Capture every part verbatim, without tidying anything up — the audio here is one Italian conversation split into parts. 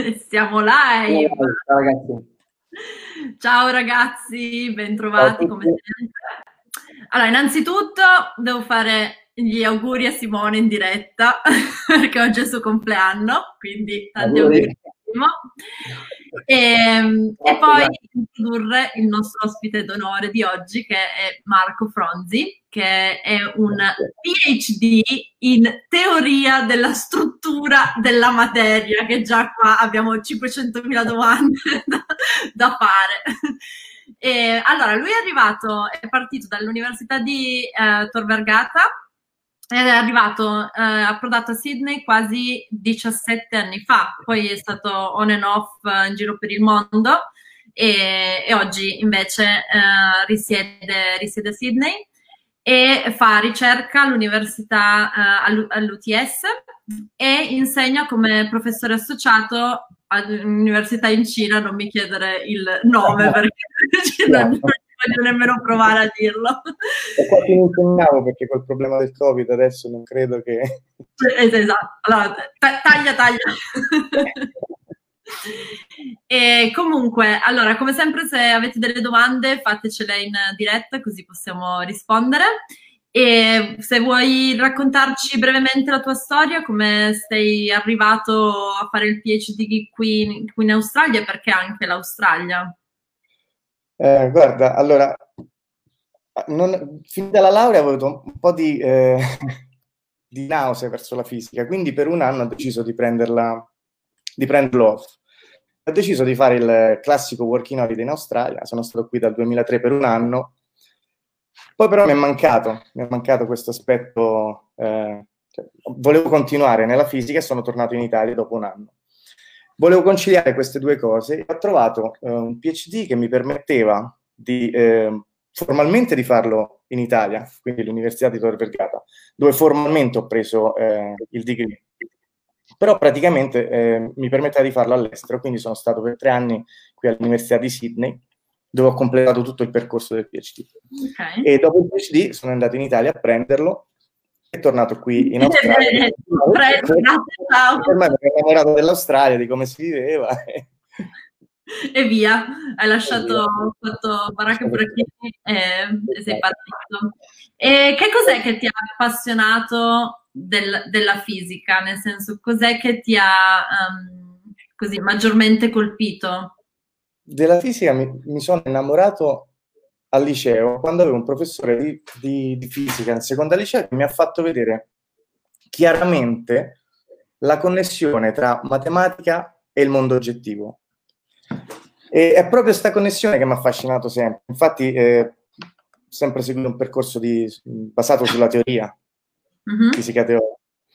Siamo live! Ciao ragazzi. Ciao ragazzi, Ciao a bentrovati come tutti. sempre. Allora, innanzitutto devo fare gli auguri a Simone in diretta, perché oggi è il suo compleanno, quindi tanti Auguri. auguri. E, e poi introdurre il nostro ospite d'onore di oggi, che è Marco Fronzi, che è un PhD in teoria della struttura della materia, che già qua abbiamo cinquecentomila domande da, da fare. E, allora, lui è arrivato, è partito dall'Università di eh, Tor Vergata, ed è arrivato, eh, approdato a Sydney quasi diciassette anni fa, poi è stato on and off eh, in giro per il mondo e, e oggi invece eh, risiede, risiede a Sydney e fa ricerca all'università eh, all'U T S e insegna come professore associato all'università in Cina, non mi chiedere il nome perché non, non voglio nemmeno provare a dirlo. E quasi non insegnavo perché col problema del Covid adesso non credo che... Esatto, allora, taglia, taglia. E comunque, allora, come sempre, se avete delle domande fatecele in diretta così possiamo rispondere. E se vuoi raccontarci brevemente la tua storia, come sei arrivato a fare il PhD qui, qui in Australia e perché anche l'Australia? Eh, guarda, allora, non, fin dalla laurea ho avuto un po' di, eh, di nausea verso la fisica, quindi per un anno ho deciso di prenderla, di prenderlo off. Ho deciso di fare il classico working holiday in Australia, sono stato qui dal duemilatré per un anno, poi però mi è mancato, mi è mancato questo aspetto, eh, cioè, volevo continuare nella fisica e sono tornato in Italia dopo un anno. Volevo conciliare queste due cose e ho trovato eh, un PhD che mi permetteva di, eh, formalmente di farlo in Italia, quindi l'Università di Tor Vergata, dove formalmente ho preso eh, il degree. Però praticamente eh, mi permetteva di farlo all'estero, quindi sono stato per tre anni qui all'Università di Sydney, dove ho completato tutto il percorso del PhD. Okay. E dopo il PhD sono andato in Italia a prenderlo e tornato qui in Australia. Ormai mi ero innamorato dell'Australia, di come si viveva. E via, hai lasciato, ho fatto baracca e burattini e, e sei partito. E che cos'è che ti ha appassionato del, della fisica? Nel senso, cos'è che ti ha um, così maggiormente colpito? Della fisica mi, mi sono innamorato al liceo, quando avevo un professore di, di, di fisica in seconda liceo che mi ha fatto vedere chiaramente la connessione tra matematica e il mondo oggettivo. E è proprio questa connessione che mi ha affascinato sempre. Infatti, eh, ho sempre seguito un percorso di, basato sulla teoria, Mm-hmm. fisica teorica.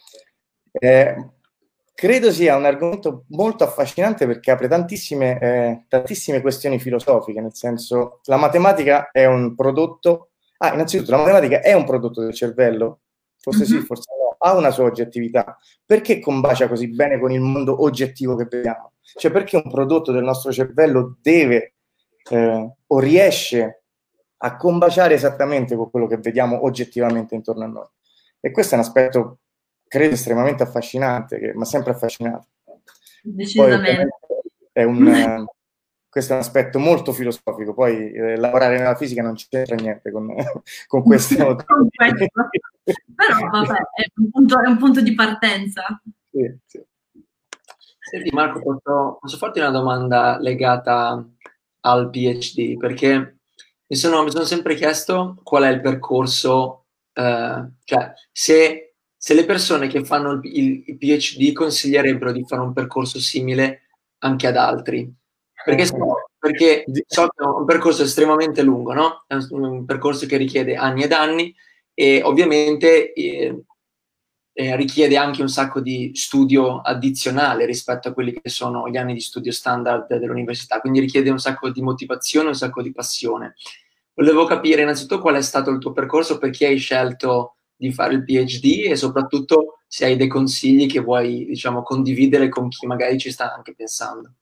Eh, credo sia un argomento molto affascinante perché apre tantissime, eh, tantissime questioni filosofiche, nel senso, la matematica è un prodotto... Ah, innanzitutto, la matematica è un prodotto del cervello? Forse sì, forse no. Ha una sua oggettività. Perché combacia così bene con il mondo oggettivo che vediamo? Cioè, perché un prodotto del nostro cervello deve eh, o riesce a combaciare esattamente con quello che vediamo oggettivamente intorno a noi? E questo è un aspetto, credo, estremamente affascinante, che mi ha sempre affascinato. Decisamente. Poi, è un, eh, questo è un aspetto molto filosofico, poi eh, lavorare nella fisica non c'entra niente con, con queste con questo. Però vabbè, è un punto, è un punto di partenza. Sì, sì. Senti Marco, posso, posso farti una domanda legata al PhD? Perché mi sono, mi sono sempre chiesto qual è il percorso, eh, cioè se, se le persone che fanno il, il, il PhD consiglierebbero di fare un percorso simile anche ad altri. Perché, so, perché so che è un percorso estremamente lungo, no? È un, un percorso che richiede anni ed anni e ovviamente... Eh, Eh, richiede anche un sacco di studio addizionale rispetto a quelli che sono gli anni di studio standard dell'università, quindi richiede un sacco di motivazione, un sacco di passione. Volevo capire innanzitutto qual è stato il tuo percorso, perché hai scelto di fare il PhD e soprattutto se hai dei consigli che vuoi, diciamo, condividere con chi magari ci sta anche pensando.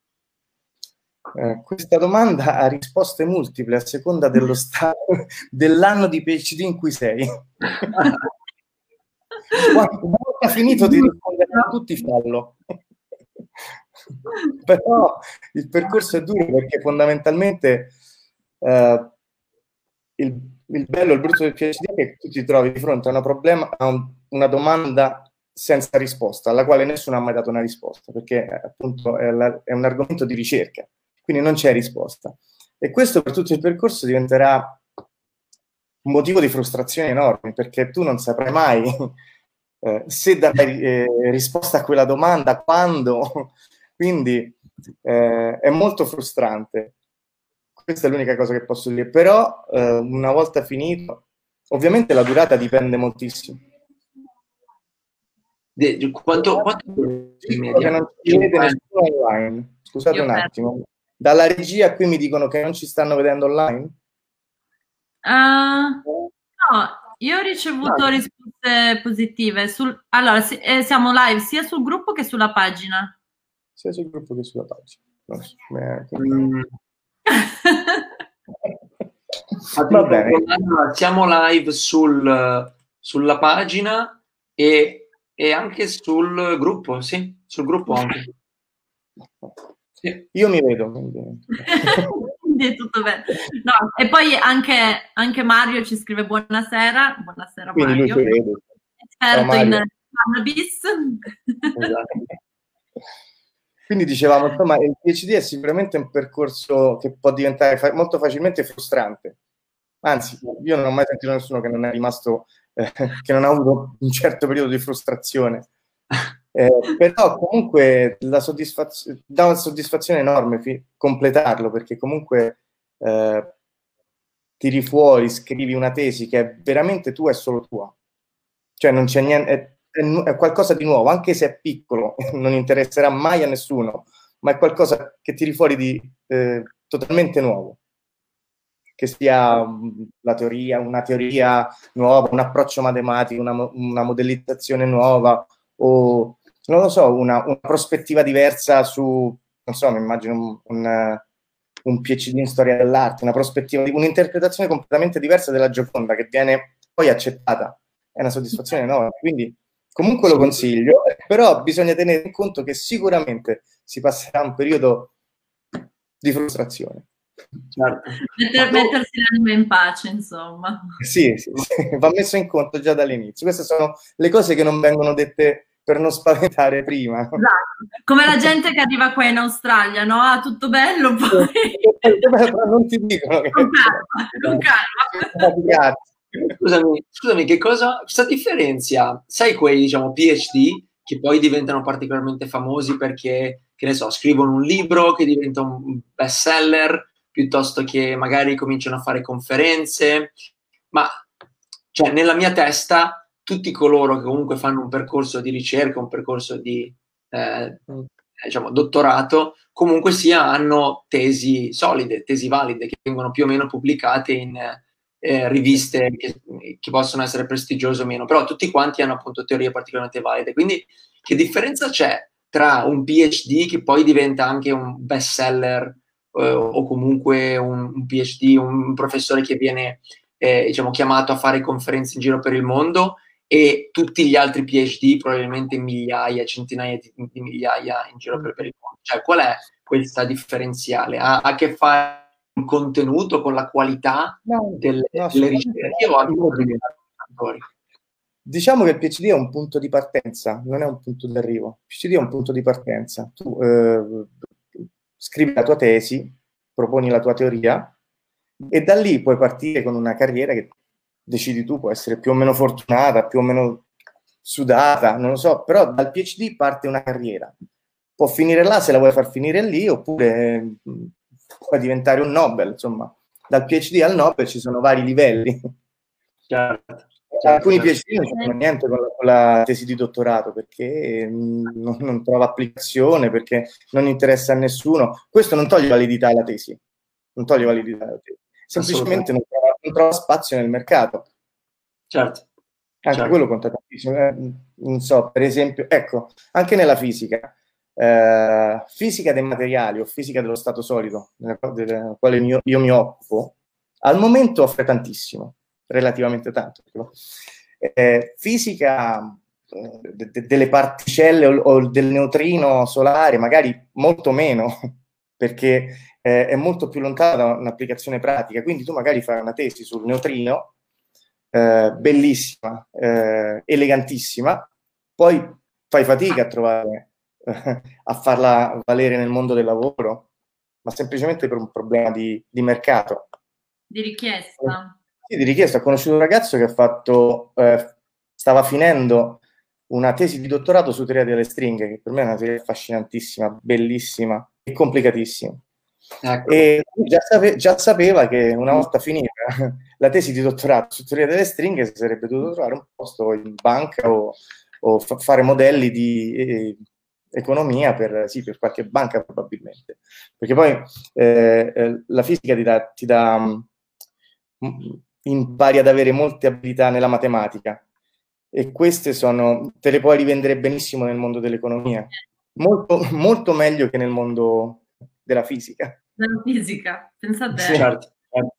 Eh, questa domanda ha risposte multiple a seconda dello stato dell'anno di PhD in cui sei. Quando hai finito di rispondere a tutti, fallo. Però il percorso è duro perché fondamentalmente eh, il, il bello e il brutto del PhD è che tu ti trovi di fronte a, una problema, a un, una domanda senza risposta, alla quale nessuno ha mai dato una risposta, perché appunto è, la, è un argomento di ricerca, quindi non c'è risposta. E questo per tutto il percorso diventerà un motivo di frustrazione enorme, perché tu non saprai mai eh, se darai eh, risposta a quella domanda, quando, quindi eh, è molto frustrante. Questa è l'unica cosa che posso dire, però eh, una volta finito, ovviamente la durata dipende moltissimo. De, quanto, quanto in media? Che non ci vede nessuno online. Scusate Io un attimo. Penso. Dalla regia qui mi dicono che non ci stanno vedendo online? Uh, no, io ho ricevuto no. risposte positive. Sul, allora, si, eh, siamo live sia sul gruppo che sulla pagina. Sia sul gruppo che sulla pagina. Non so, mm. Va bene. Siamo live sul, sulla pagina e, e anche sul gruppo, sì, sul gruppo anche. Sì. Io mi vedo. Quindi è tutto bene. No, e poi anche, anche Mario ci scrive buonasera. Buonasera Quindi Mario. Lui vedo. Esperto in cannabis. Esatto. Quindi dicevamo, insomma, il PhD è sicuramente un percorso che può diventare fa- molto facilmente frustrante. Anzi, io non ho mai sentito nessuno che non è rimasto, eh, che non ha avuto un certo periodo di frustrazione. Eh, però comunque la soddisfaz- dà una soddisfazione enorme fi- completarlo, perché comunque eh, tiri fuori, scrivi una tesi che è veramente tua e solo tua. Cioè non c'è niente... È, è qualcosa di nuovo, anche se è piccolo, non interesserà mai a nessuno, ma è qualcosa che tiri fuori di eh, totalmente nuovo, che sia la teoria, una teoria nuova, un approccio matematico, una, una modellizzazione nuova, o non lo so, una, una prospettiva diversa su, non so, mi immagino un, un, un PhD in storia dell'arte, una prospettiva, un'interpretazione completamente diversa della Gioconda che viene poi accettata, è una soddisfazione enorme, quindi comunque lo consiglio, però bisogna tenere in conto che sicuramente si passerà un periodo di frustrazione. Certo. Metter, mettersi l'anima in pace, insomma. Sì, sì, sì, va messo in conto già dall'inizio. Queste sono le cose che non vengono dette per non spaventare prima. Esatto. Come la gente che arriva qua in Australia, no? Ah, tutto bello, poi... Però non ti dicono che... Con calma, con calma. Grazie. Scusami, scusami, che cosa, cosa differenzia? Sai quei, diciamo, PhD che poi diventano particolarmente famosi perché, che ne so, scrivono un libro che diventa un bestseller, piuttosto che magari cominciano a fare conferenze, ma cioè, nella mia testa tutti coloro che comunque fanno un percorso di ricerca, un percorso di eh, diciamo, dottorato, comunque sia hanno tesi solide, tesi valide, che vengono più o meno pubblicate in eh, riviste che, che possono essere prestigiose o meno, però tutti quanti hanno appunto teorie particolarmente valide. Quindi che differenza c'è tra un PhD che poi diventa anche un bestseller eh, o comunque un, un PhD, un professore che viene eh, diciamo, chiamato a fare conferenze in giro per il mondo, e tutti gli altri PhD, probabilmente migliaia, centinaia di, di migliaia in giro per, per il mondo? Cioè, qual è questa differenziale? Ha a che fare con il contenuto, con la qualità no, delle, no, delle ricerche o anche con gli fattori? Diciamo che il PhD è un punto di partenza, non è un punto d'arrivo. Il PhD è un punto di partenza. Tu eh, scrivi la tua tesi, proponi la tua teoria e da lì puoi partire con una carriera che decidi tu, può essere più o meno fortunata, più o meno sudata, non lo so, però dal PhD parte una carriera. Può finire là se la vuoi far finire lì, oppure puoi diventare un Nobel, insomma. Dal PhD al Nobel ci sono vari livelli. Certo. Certo, alcuni certo. PhD non c'entrano niente con la, con la tesi di dottorato perché non, non trova applicazione, perché non interessa a nessuno. Questo non toglie validità alla tesi, non toglie validità alla tesi. Semplicemente non trova, non trova spazio nel mercato. Certo. Anche certo. quello conta tantissimo. Eh, non so, per esempio, ecco, anche nella fisica, eh, fisica dei materiali o fisica dello stato solido, della, della quale io, io mi occupo, al momento offre tantissimo, relativamente tanto. Eh, fisica de, de, delle particelle o, o del neutrino solare, magari molto meno, perché eh, è molto più lontana da un'applicazione pratica. Quindi tu magari fai una tesi sul neutrino, eh, bellissima, eh, elegantissima, poi fai fatica a trovare, eh, a farla valere nel mondo del lavoro, ma semplicemente per un problema di, di mercato. Di richiesta. Sì, di richiesta. Ho conosciuto un ragazzo che ha fatto, eh, stava finendo una tesi di dottorato su teoria delle stringhe, che per me è una teoria affascinantissima, bellissima e complicatissima. Ecco. E già, sape- già sapeva che una volta finita la tesi di dottorato su teoria delle stringhe si sarebbe dovuto trovare un posto in banca o, o fa- fare modelli di eh, economia per, sì, per qualche banca probabilmente. Perché poi eh, eh, la fisica ti dà, ti dà mh, impari ad avere molte abilità nella matematica, e queste sono, te le puoi rivendere benissimo nel mondo dell'economia, molto, molto meglio che nel mondo della fisica. Della fisica, pensate. Sì, certo.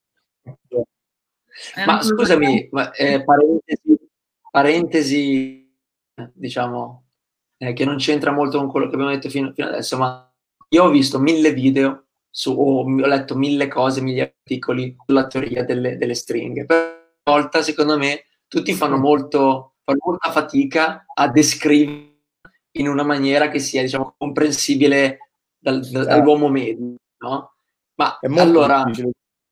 Ma scusami, ma, eh, parentesi, parentesi, diciamo, eh, che non c'entra molto con quello che abbiamo detto fino, fino adesso, ma io ho visto mille video, su, o ho letto mille cose, mille articoli sulla teoria delle, delle stringhe. Per una volta, secondo me, tutti fanno, molto, fanno molta fatica a descrivere in una maniera che sia, diciamo, comprensibile dal, dal, dall'uomo medio, no? Ma è molto allora... difficile.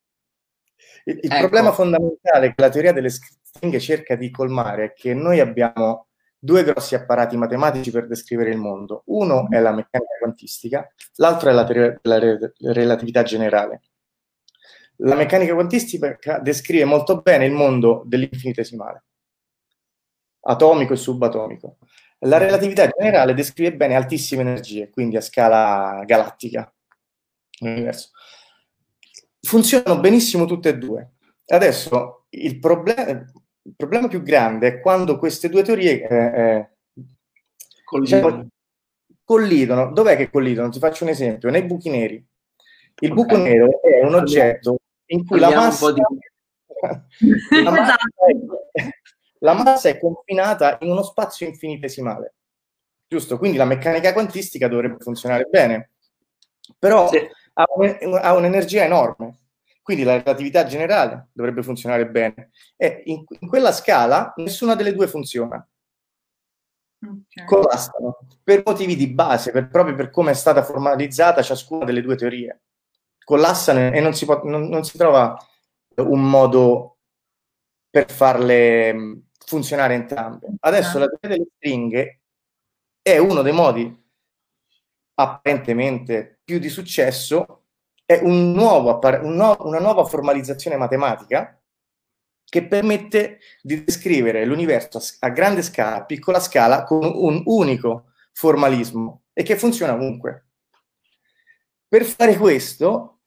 Il, il ecco. problema fondamentale che la teoria delle stringhe cerca di colmare è che noi abbiamo due grossi apparati matematici per descrivere il mondo. Uno è la meccanica quantistica, l'altro è la teoria della re- relatività generale. La meccanica quantistica descrive molto bene il mondo dell'infinitesimale, atomico e subatomico. La relatività generale descrive bene altissime energie, quindi a scala galattica, l'universo. Funzionano benissimo tutte e due. Adesso il, problem- il problema più grande è quando queste due teorie eh, eh, collidono. Diciamo, collidono. Dov'è che collidono? Ti faccio un esempio. Nei buchi neri. Il buco Okay. nero è un oggetto in cui la massa, di... la, massa è, la massa è confinata in uno spazio infinitesimale. Giusto? Quindi la meccanica quantistica dovrebbe funzionare bene. Però sì. ha, un, ha un'energia enorme. Quindi la relatività generale dovrebbe funzionare bene. E in, in quella scala nessuna delle due funziona. Okay. Collassano per motivi di base, per, proprio per come è stata formalizzata ciascuna delle due teorie. Collassano e non si, può, non, non si trova un modo per farle funzionare entrambe. Adesso la teoria delle stringhe è uno dei modi apparentemente più di successo, è un nuovo, un no, una nuova formalizzazione matematica che permette di descrivere l'universo a grande scala, a piccola scala, con un unico formalismo e che funziona ovunque. Per fare questo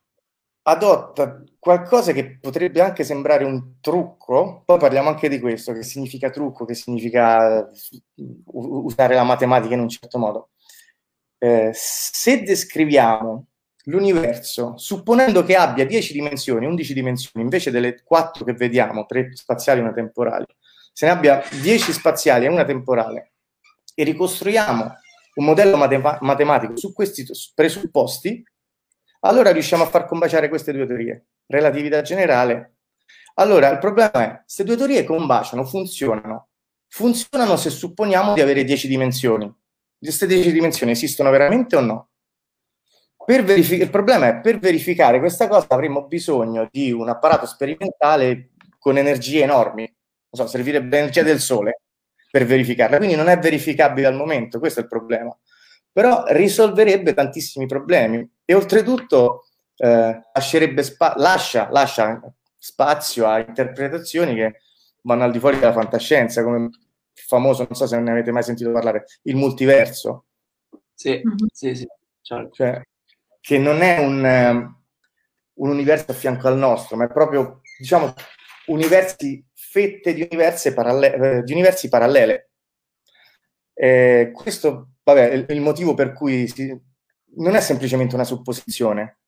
adotta qualcosa che potrebbe anche sembrare un trucco, poi parliamo anche di questo, che significa trucco, che significa usare la matematica in un certo modo. Eh, se descriviamo l'universo, supponendo che abbia dieci dimensioni, undici dimensioni, invece delle quattro che vediamo, tre spaziali e una temporale, se ne abbia dieci spaziali e una temporale, e ricostruiamo un modello matem- matematico su questi presupposti, allora riusciamo a far combaciare queste due teorie, relatività generale. Allora, il problema è, queste due teorie combaciano, funzionano. Funzionano se supponiamo di avere dieci dimensioni. Queste dieci dimensioni esistono veramente o no? Per verific- il problema è, per verificare questa cosa avremmo bisogno di un apparato sperimentale con energie enormi. Non so, servirebbe l'energia del sole per verificarla, quindi non è verificabile al momento, questo è il problema. Però risolverebbe tantissimi problemi e oltretutto eh, lascerebbe spa- lascia, lascia spazio a interpretazioni che vanno al di fuori della fantascienza, come il famoso, non so se ne avete mai sentito parlare, il multiverso. Sì, sì, sì, certo. Cioè, che non è un, um, un universo a fianco al nostro, ma è proprio, diciamo, universi, fette di, universi paralle- di universi parallele. Eh, questo, vabbè, è il motivo per cui si, non è semplicemente una supposizione,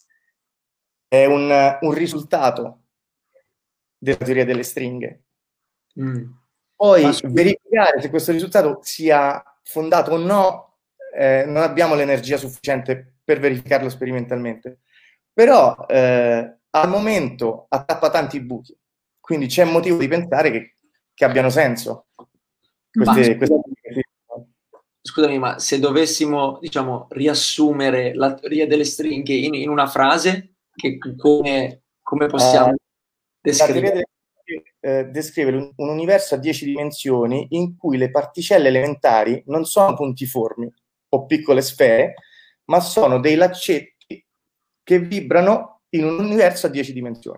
è un, un risultato della teoria delle stringhe. Mm. Poi verificare se questo risultato sia fondato o no, eh, non abbiamo l'energia sufficiente per verificarlo sperimentalmente. Però eh, al momento attappa tanti buchi, quindi c'è motivo di pensare che, che abbiano senso. Queste, ma, queste... Scusami, ma se dovessimo, diciamo, riassumere la teoria delle stringhe in, in una frase, che, come, come possiamo uh, descrivere? La teoria delle stringhe eh, descrive un, un universo a dieci dimensioni in cui le particelle elementari non sono puntiformi o piccole sfere, ma sono dei laccetti che vibrano in un universo a dieci dimensioni.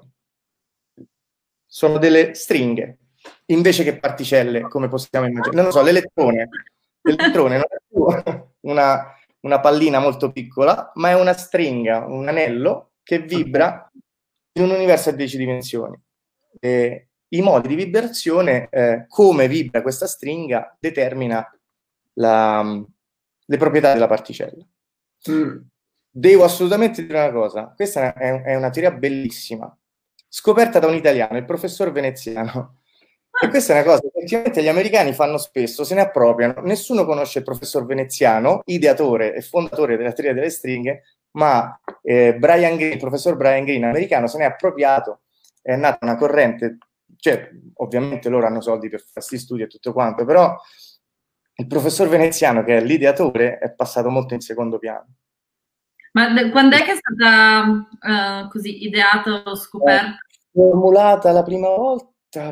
Sono delle stringhe, invece che particelle, come possiamo immaginare. Non lo so, l'elettrone. L'elettrone non è più una, una pallina molto piccola, ma è una stringa, un anello che vibra in un universo a dieci dimensioni. E i modi di vibrazione, eh, come vibra questa stringa, determina la, le proprietà della particella. Mm. Devo assolutamente dire una cosa, questa è, è una teoria bellissima, scoperta da un italiano, il professor veneziano. E questa è una cosa che effettivamente gli americani fanno spesso, se ne appropriano. Nessuno conosce il professor veneziano, ideatore e fondatore della teoria delle stringhe, ma eh, Brian Greene, il professor Brian Greene, americano, se ne è appropriato, è nata una corrente, cioè ovviamente loro hanno soldi per fare questi studi e tutto quanto, però il professor veneziano, che è l'ideatore, è passato molto in secondo piano. Ma quando è che è stata uh, così ideata o scoperta? Eh, formulata la prima volta,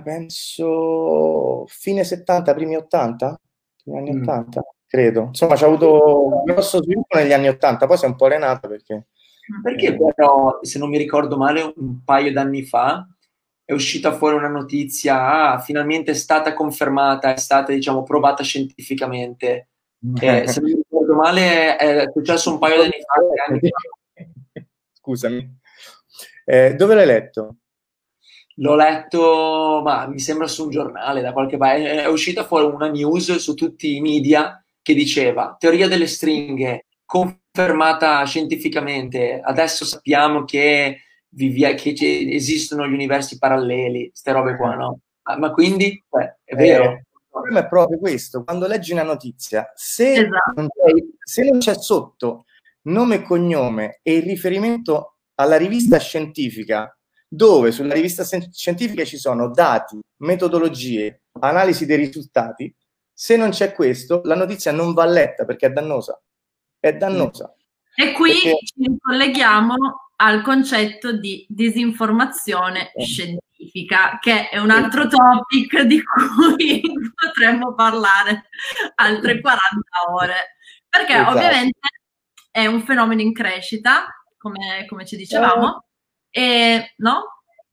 penso, fine settanta, primi ottanta? Negli anni mm. ottanta, credo. Insomma, c'ha avuto un grosso sviluppo negli anni ottanta, poi si è un po' arenato perché... Perché però, se non mi ricordo male, un paio d'anni fa è uscita fuori una notizia, ah, finalmente è stata confermata, è stata, diciamo, provata scientificamente. Eh, se non mi ricordo male, è successo un paio d'anni fa. Anni fa. Scusami. Eh, dove l'hai letto? L'ho letto, ma mi sembra su un giornale, da qualche parte. È uscita fuori una news su tutti i media che diceva teoria delle stringhe confermata scientificamente. Adesso sappiamo che, vivia, che esistono gli universi paralleli, queste robe qua, no? Ah, ma quindi, beh, è vero. Eh, il problema è proprio questo. Quando leggi una notizia, se, esatto. non se non c'è sotto nome e cognome e il riferimento alla rivista scientifica, dove sulla rivista scientifica ci sono dati, metodologie, analisi dei risultati, se non c'è questo, la notizia non va letta perché è dannosa. È dannosa. E qui perché... ci ricolleghiamo al concetto di disinformazione eh. scientifica, che è un altro topic di cui potremmo parlare altre quaranta ore, perché esatto. ovviamente è un fenomeno in crescita, come, come ci dicevamo, eh. e no?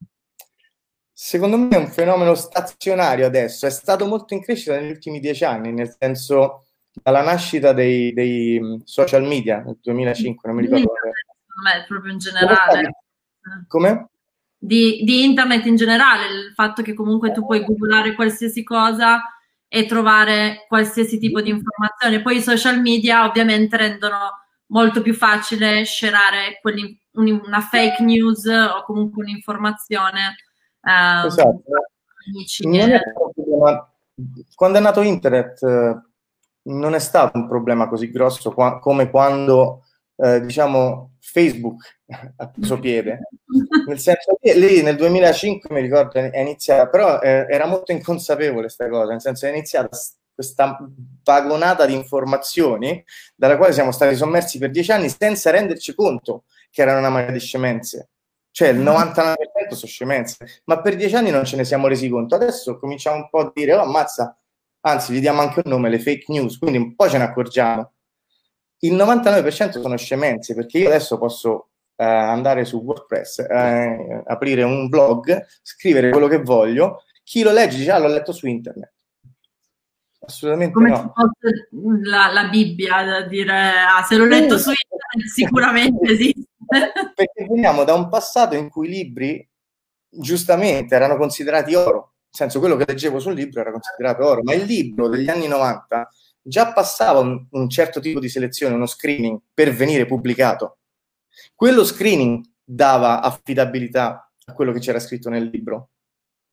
Secondo me è un fenomeno stazionario adesso, è stato molto in crescita negli ultimi dieci anni, nel senso dalla nascita dei, dei social media nel duemilacinque, non mi ricordo. Secondo me, proprio in generale. Come? Di, di internet in generale, il fatto che comunque tu puoi googlare qualsiasi cosa e trovare qualsiasi tipo di informazione. Poi i social media ovviamente rendono molto più facile sharare una fake news o comunque un'informazione. Um, esatto. Non è problema. Quando è nato internet non è stato un problema così grosso qua, come quando eh, diciamo Facebook ha preso piede, nel senso che lì nel duemilacinque mi ricordo è iniziata, però eh, era molto inconsapevole questa cosa, nel senso è iniziata questa vagonata di informazioni dalla quale siamo stati sommersi per dieci anni senza renderci conto che erano una marea di scemenze. Cioè il novantanove per cento sono scemenze, ma per dieci anni non ce ne siamo resi conto. Adesso cominciamo un po' a dire, oh ammazza, anzi gli diamo anche un nome, le fake news, quindi un po' ce ne accorgiamo. Il novantanove per cento sono scemenze, perché io adesso posso eh, andare su WordPress, eh, aprire un blog, scrivere quello che voglio, chi lo legge dice, ah, l'ho letto su internet. Assolutamente come no. Come la, la Bibbia, da dire, ah, se l'ho letto su internet sicuramente esiste. Perché veniamo da un passato in cui i libri giustamente erano considerati oro, nel senso quello che leggevo sul libro era considerato oro, ma il libro degli anni novanta già passava un, un certo tipo di selezione, uno screening per venire pubblicato. Quello screening dava affidabilità a quello che c'era scritto nel libro.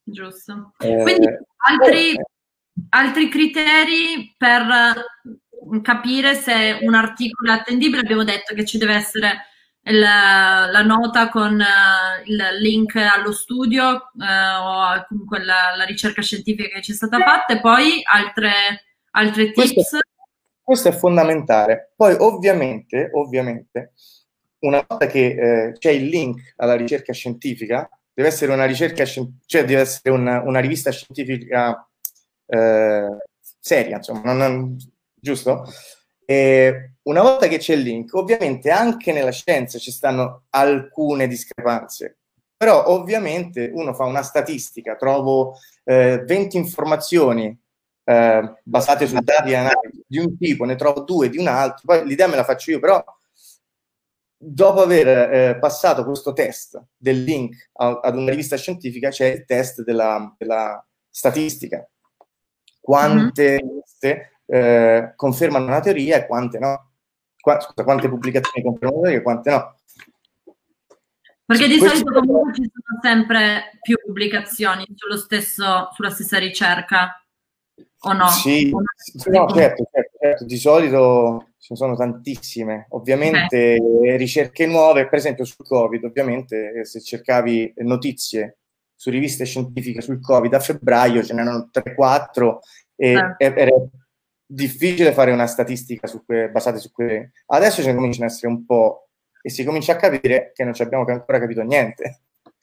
giusto. Eh, Quindi altri, eh, altri criteri per capire se un articolo è attendibile, abbiamo detto che ci deve essere la, la nota con uh, il link allo studio uh, o comunque la, la ricerca scientifica che ci è stata fatta, e poi altre, altre tips. Questo, questo è fondamentale. Poi ovviamente, ovviamente una volta che eh, c'è il link alla ricerca scientifica, deve essere una ricerca, cioè deve essere una, una rivista scientifica eh, seria, insomma, non, non, giusto? E una volta che c'è il link, ovviamente anche nella scienza ci stanno alcune discrepanze, però ovviamente uno fa una statistica, trovo eh, venti informazioni eh, basate su dati di un tipo, ne trovo due di un altro, poi l'idea me la faccio io, però dopo aver eh, passato questo test del link a, ad una rivista scientifica c'è il test della, della statistica. Quante mm-hmm. eh, confermano una teoria e quante no? Qua, scusa, quante pubblicazioni confermano una teoria e quante no? Perché di questo... solito comunque ci sono sempre più pubblicazioni sullo stesso, sulla stessa ricerca, o no? Sì, no, certo, certo, certo, di solito ci sono tantissime. Ovviamente okay. ricerche nuove, per esempio sul Covid, ovviamente se cercavi notizie su riviste scientifiche sul Covid a febbraio ce n'erano tre quattro e eh. era difficile fare una statistica su que, basata su quelle. Adesso ce ne cominciano ad essere un po' e si comincia a capire che non ci abbiamo ancora capito niente.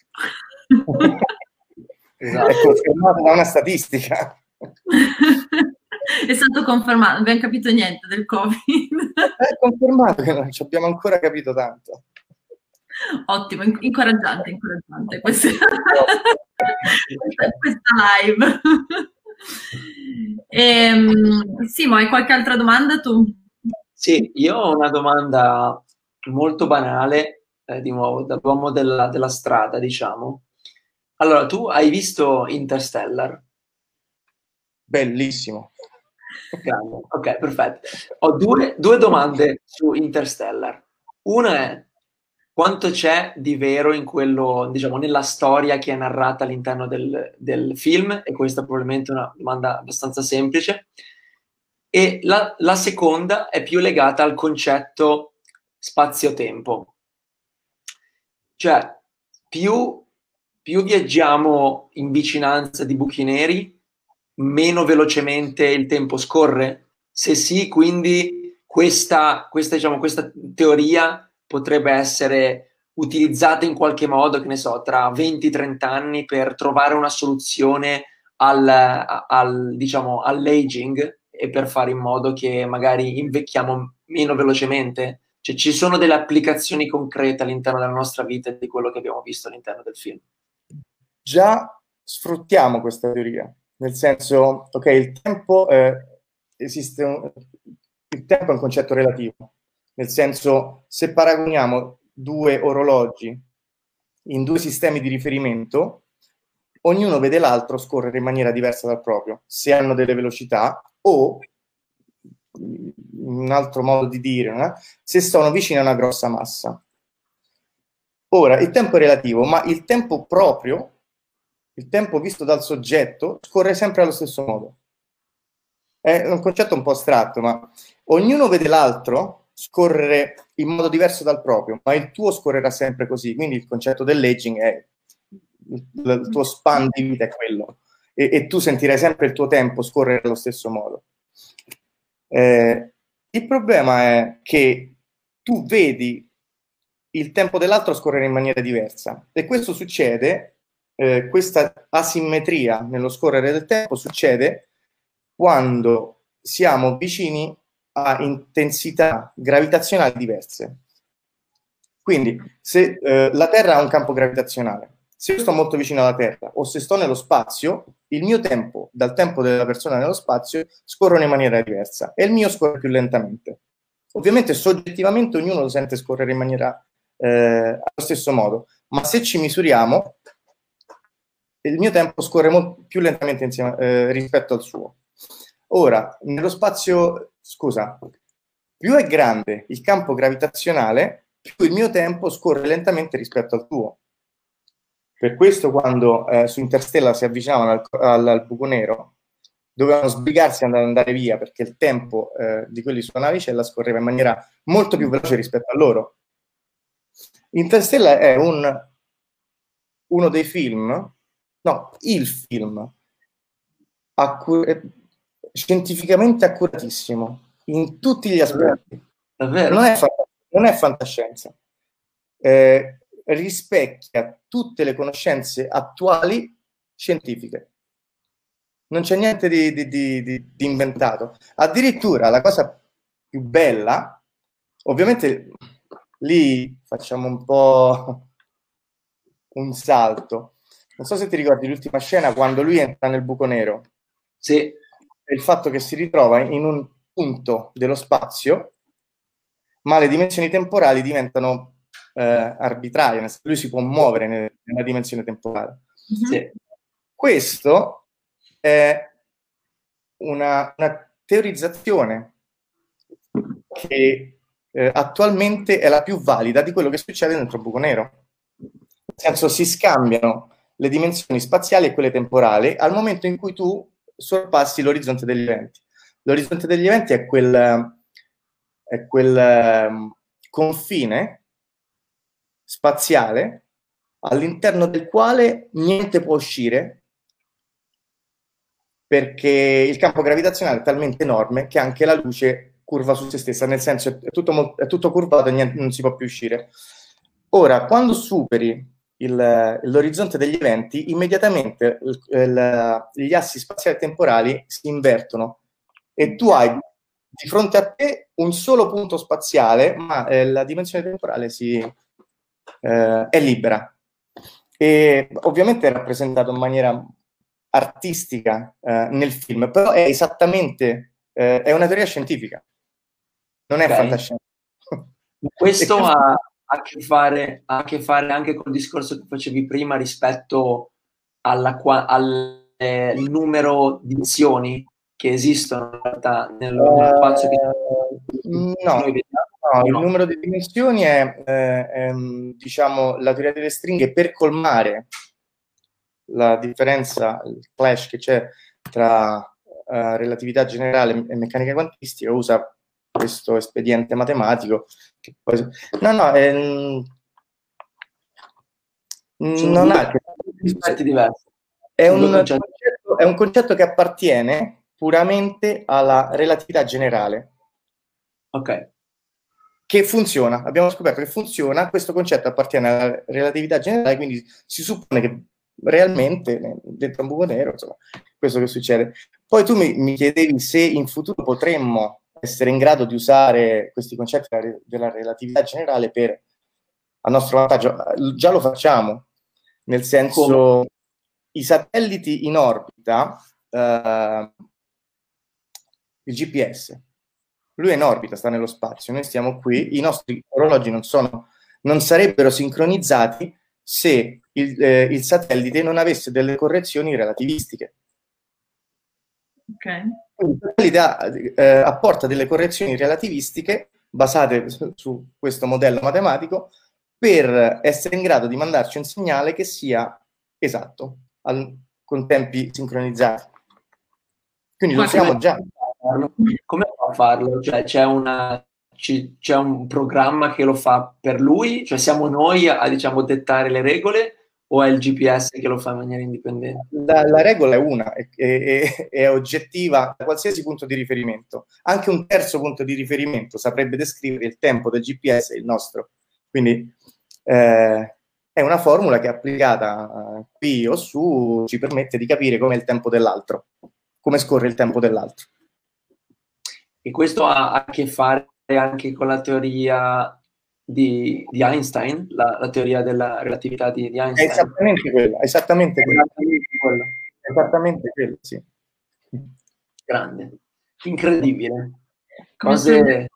Esatto. È confermato da una statistica. È stato confermato, non abbiamo capito niente del Covid. È confermato che non ci abbiamo ancora capito tanto. Ottimo, incoraggiante, incoraggiante questa, questa live. Ehm, Simo, hai qualche altra domanda tu? Sì, io ho una domanda molto banale, eh, di nuovo, dall'uomo della, della strada, diciamo. Allora, tu hai visto Interstellar? Bellissimo. Ok, perfetto. Ho due, due domande su Interstellar. Una è: quanto c'è di vero in quello, diciamo, nella storia che è narrata all'interno del, del film? E questa è probabilmente una domanda abbastanza semplice. E la, la seconda è più legata al concetto spazio-tempo. Cioè, più, più viaggiamo in vicinanza di buchi neri, meno velocemente il tempo scorre? Se sì, quindi questa, questa, diciamo, questa teoria potrebbe essere utilizzata in qualche modo, che ne so, tra venti trenta anni per trovare una soluzione al, al, diciamo, all'aging e per fare in modo che magari invecchiamo meno velocemente. Cioè, ci sono delle applicazioni concrete all'interno della nostra vita di quello che abbiamo visto all'interno del film. Già sfruttiamo questa teoria. Nel senso, ok, il tempo eh, esiste un, il tempo è un concetto relativo, nel senso, se paragoniamo due orologi in due sistemi di riferimento, ognuno vede l'altro scorrere in maniera diversa dal proprio, se hanno delle velocità o, un altro modo di dire, eh, se sono vicini a una grossa massa. Ora, il tempo è relativo, ma il tempo proprio, il tempo visto dal soggetto, scorre sempre allo stesso modo. È un concetto un po' astratto, ma ognuno vede l'altro scorrere in modo diverso dal proprio, ma il tuo scorrerà sempre così. Quindi il concetto dell'aging è il tuo span di vita è quello, e, e tu sentirai sempre il tuo tempo scorrere allo stesso modo. Eh, il problema è che tu vedi il tempo dell'altro scorrere in maniera diversa, e questo succede. Eh, questa asimmetria nello scorrere del tempo succede quando siamo vicini a intensità gravitazionali diverse. Quindi, se eh, la Terra ha un campo gravitazionale, se io sto molto vicino alla Terra o se sto nello spazio, il mio tempo dal tempo della persona nello spazio scorrono in maniera diversa e il mio scorre più lentamente. Ovviamente, soggettivamente, ognuno lo sente scorrere in maniera eh, allo stesso modo, ma se ci misuriamo, il mio tempo scorre molto più lentamente insieme, eh, rispetto al suo. Ora, nello spazio, scusa, più è grande il campo gravitazionale, più il mio tempo scorre lentamente rispetto al tuo. Per questo quando eh, su Interstellar si avvicinavano al, al, al buco nero, dovevano sbrigarsi ad andare via, perché il tempo eh, di quelli sulla navicella scorreva in maniera molto più veloce rispetto a loro. Interstellar è un, uno dei film, no, il film accu- scientificamente accuratissimo in tutti gli aspetti. Davvero? Non è, non è fantascienza. Eh, rispecchia tutte le conoscenze attuali scientifiche. Non c'è niente di, di, di, di inventato. Addirittura la cosa più bella, ovviamente lì facciamo un po' un salto. Non so se ti ricordi l'ultima scena quando lui entra nel buco nero. Sì. Il fatto che si ritrova in un punto dello spazio, ma le dimensioni temporali diventano eh, arbitrarie, lui si può muovere nel, nella dimensione temporale. Sì. Questo è una, una teorizzazione che eh, attualmente è la più valida di quello che succede dentro il buco nero. Nel senso, si scambiano le dimensioni spaziali e quelle temporali al momento in cui tu sorpassi l'orizzonte degli eventi. L'orizzonte degli eventi è quel, è quel um, confine spaziale all'interno del quale niente può uscire, perché il campo gravitazionale è talmente enorme che anche la luce curva su se stessa, nel senso è tutto, è tutto curvato e niente, non si può più uscire. Ora, quando superi l'orizzonte degli eventi, immediatamente il, il, gli assi spaziali e temporali si invertono e tu hai di fronte a te un solo punto spaziale, ma eh, la dimensione temporale si, eh, è libera. E ovviamente è rappresentato in maniera artistica eh, nel film, però è esattamente, eh, è una teoria scientifica, non è okay. fantascienza. Questo ha, ha, a che fare, ha a che fare anche col discorso che facevi prima rispetto alla, al eh, numero di missioni che esistono in realtà nel, nello spazio che uh, no, noi vediamo. No, il no. numero di dimensioni è, è, è diciamo, la teoria delle stringhe per colmare la differenza, il clash che c'è tra uh, relatività generale e meccanica quantistica, usa questo espediente matematico che poi... no no è, non ha che... aspetti diversi. È un, concetto, è un concetto che appartiene puramente alla relatività generale, ok, che funziona, abbiamo scoperto che funziona, questo concetto appartiene alla relatività generale, quindi si suppone che realmente dentro un buco nero, insomma, questo che succede. Poi tu mi, mi chiedevi se in futuro potremmo essere in grado di usare questi concetti della relatività generale per a nostro vantaggio. Già lo facciamo, nel senso Come? I satelliti in orbita, eh, il G P S, lui è in orbita, sta nello spazio, noi stiamo qui, i nostri orologi non sono, non sarebbero sincronizzati se il, eh, il satellite non avesse delle correzioni relativistiche. Ok. Il satellite eh, apporta delle correzioni relativistiche basate su, su questo modello matematico per essere in grado di mandarci un segnale che sia esatto, al, con tempi sincronizzati. Quindi lo siamo già. Come fa a farlo? Cioè c'è una c'è un programma che lo fa per lui? Cioè siamo noi a, diciamo, dettare le regole o è il G P S che lo fa in maniera indipendente? La, la regola è una, è, è, è oggettiva da qualsiasi punto di riferimento. Anche un terzo punto di riferimento saprebbe descrivere il tempo del G P S e il nostro. Quindi eh, è una formula che applicata eh, qui o su ci permette di capire com'è il tempo dell'altro, come scorre il tempo dell'altro. E questo ha a che fare anche con la teoria di, di Einstein, la, la teoria della relatività di, di Einstein. È esattamente quella, esattamente quella. Esattamente, esattamente quella, sì. Grande, incredibile. Cose...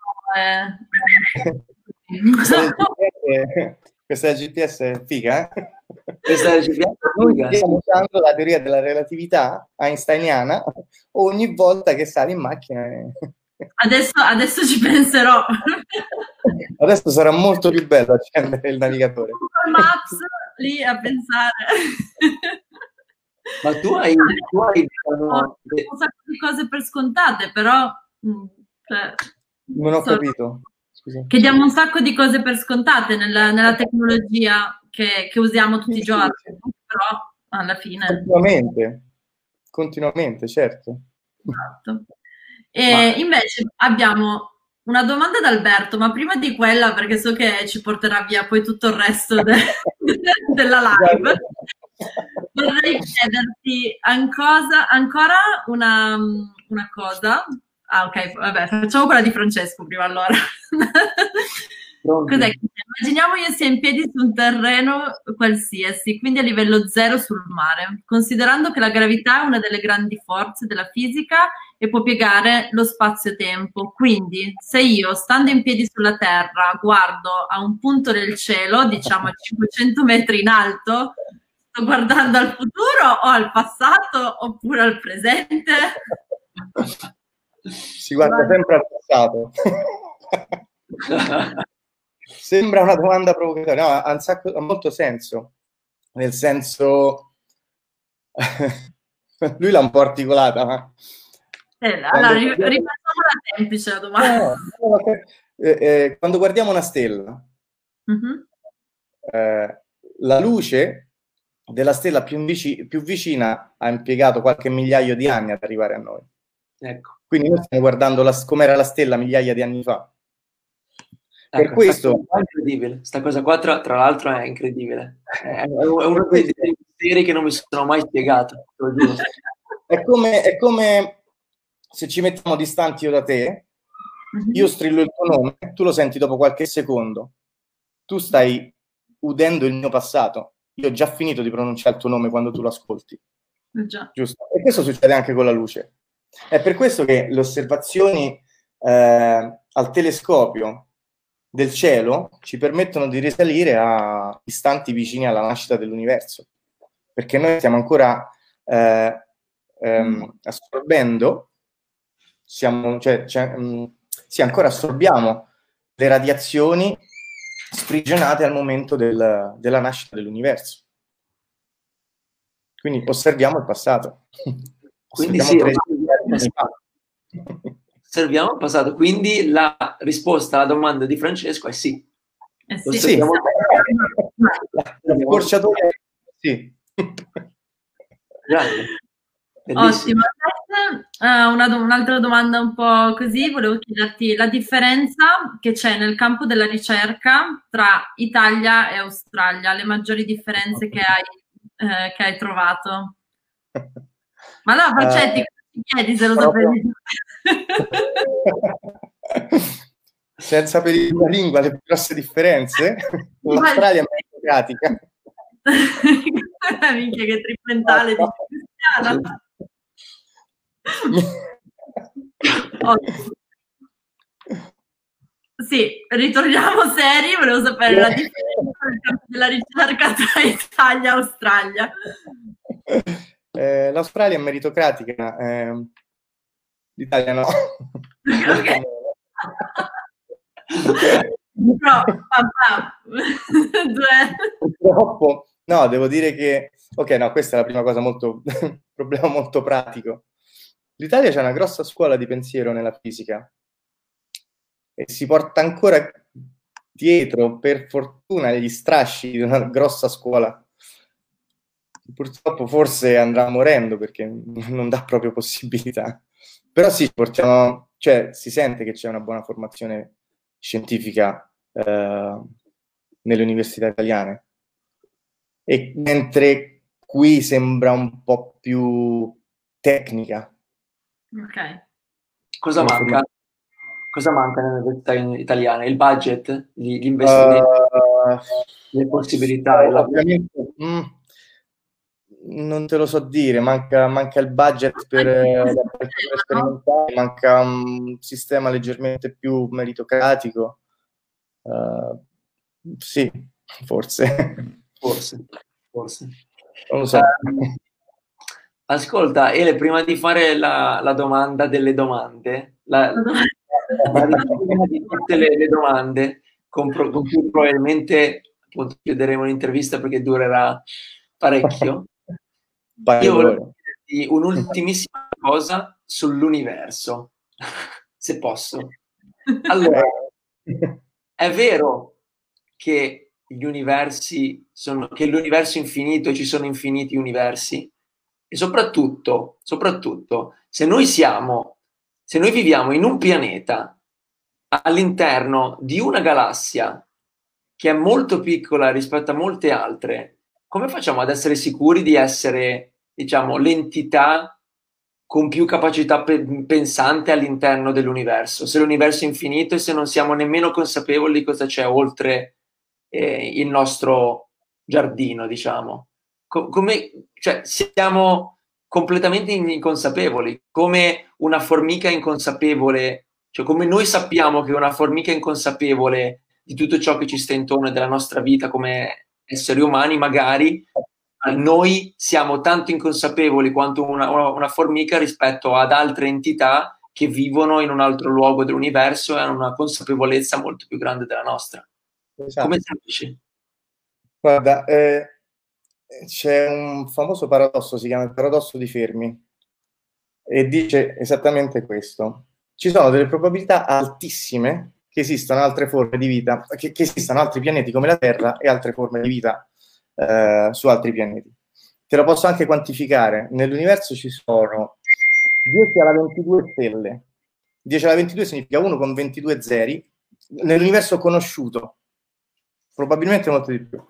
Questa è la G P S figa, eh? Questa è la G P S Noi stiamo usando la teoria della relatività einsteiniana ogni volta che sali in macchina. Adesso, adesso ci penserò. Adesso sarà molto più bello accendere il navigatore. Google Maps lì a pensare. Ma tu hai, tu hai diciamo, un sacco di cose per scontate, però cioè, non ho sono... capito. Scusa. Che diamo un sacco di cose per scontate nella, nella tecnologia che, che usiamo tutti i giorni, però alla fine... Continuamente, continuamente, certo. Esatto. E invece abbiamo una domanda da Alberto, ma prima di quella, perché so che ci porterà via poi tutto il resto de della live, vorrei chiederti ancora, ancora una, una cosa. Ah, ok, vabbè, facciamo quella di Francesco prima allora. Cos'è? Immaginiamo io sia in piedi su un terreno qualsiasi, quindi a livello zero sul mare, considerando che la gravità è una delle grandi forze della fisica e può piegare lo spazio-tempo. Quindi, se io, stando in piedi sulla terra, guardo a un punto del cielo, diciamo a cinquecento metri in alto, sto guardando al futuro o al passato oppure al presente? Si guarda sempre al passato. Sembra una domanda provocatoria, no, ha, un sacco, ha molto senso, nel senso lui l'ha un po' articolata, ma eh, allora rifacciamola semplice la domanda. No, no, eh, eh, quando guardiamo una stella, uh-huh. eh, la luce della stella più, vici più vicina ha impiegato qualche migliaio di anni ad arrivare a noi. Ecco. Quindi noi stiamo guardando com'era la stella migliaia di anni fa. Per ecco, questo è incredibile, sta cosa qua tra, tra l'altro è incredibile, è, è uno dei, dei misteri che non mi sono mai spiegato. È come, è come se ci mettiamo distanti io da te, io strillo il tuo nome, tu lo senti dopo qualche secondo, tu stai udendo il mio passato, io ho già finito di pronunciare il tuo nome quando tu lo ascolti. Già. Giusto? E questo succede anche con la luce. È per questo che le osservazioni eh, al telescopio del cielo ci permettono di risalire a istanti vicini alla nascita dell'universo, perché noi stiamo ancora eh, ehm, assorbendo, siamo, cioè, cioè, mh, sì, ancora assorbiamo le radiazioni sprigionate al momento del, della nascita dell'universo. Quindi osserviamo il passato. Quindi sì, osserviamo il passato, quindi la risposta alla domanda di Francesco è sì. Eh sì. Sì. La scorciatoia è sì. Grande. Ottimo. Uh, un'altra un domanda un po' così, volevo chiederti la differenza che c'è nel campo della ricerca tra Italia e Australia, le maggiori differenze che hai, eh, che hai trovato. Ma no, Falcetti, uh, chiedi se lo sapevi. Senza per la lingua, le più grosse differenze? L'Australia è meritocratica. Minchia, che triplentale di cristiana. Sì, ritorniamo seri, volevo sapere la differenza nel campo della ricerca tra Italia e Australia. Eh, L'Australia è meritocratica, eh, l'Italia no. Ok. No, papà. Purtroppo, no, devo dire che, ok, no, questa è la prima cosa, molto, problema molto pratico. L'Italia c'è una grossa scuola di pensiero nella fisica e si porta ancora dietro, per fortuna, gli strascichi di una grossa scuola. Purtroppo forse andrà morendo perché non dà proprio possibilità. Però sì, portiamo, cioè, si sente che c'è una buona formazione scientifica eh, nelle università italiane. E mentre qui sembra un po' più tecnica. Ok. Cosa manca? Cosa manca nelle università italiane? Il budget, gli, gli investimenti, uh, le possibilità? Uh, ovviamente, mm, non te lo so dire, manca, manca il budget per la ricerca sperimentale, manca un sistema leggermente più meritocratico. Uh, sì, forse. Forse, forse. Non lo so. Uh, ascolta, Ele, prima di fare la, la domanda delle domande, la, la risposta di tutte le, le domande, con, con cui probabilmente appunto chiuderemo l'intervista perché durerà parecchio. Io volevo dirti un'ultimissima cosa sull'universo, se posso. Allora, è vero che gli universi sono, che l'universo è infinito e ci sono infiniti universi, e soprattutto, soprattutto, se noi siamo, se noi viviamo in un pianeta all'interno di una galassia che è molto piccola rispetto a molte altre, come facciamo ad essere sicuri di essere, diciamo, l'entità con più capacità pe- pensante all'interno dell'universo? Se l'universo è infinito e se non siamo nemmeno consapevoli di cosa c'è oltre eh, il nostro giardino, diciamo. Co- come, cioè, siamo completamente inconsapevoli, come una formica inconsapevole, cioè come noi sappiamo che una formica inconsapevole di tutto ciò che ci sta intorno e della nostra vita come esseri umani, magari noi siamo tanto inconsapevoli quanto una, una formica rispetto ad altre entità che vivono in un altro luogo dell'universo e hanno una consapevolezza molto più grande della nostra. Esatto. Come capisci? Guarda, eh, c'è un famoso paradosso, si chiama il paradosso di Fermi, e dice esattamente questo. Ci sono delle probabilità altissime che esistano altre forme di vita, che, che esistano altri pianeti come la Terra e altre forme di vita eh, su altri pianeti. Te lo posso anche quantificare. Nell'universo ci sono dieci alla ventidue stelle. dieci alla ventidue significa uno con ventidue zeri. Nell'universo conosciuto, probabilmente molto di più.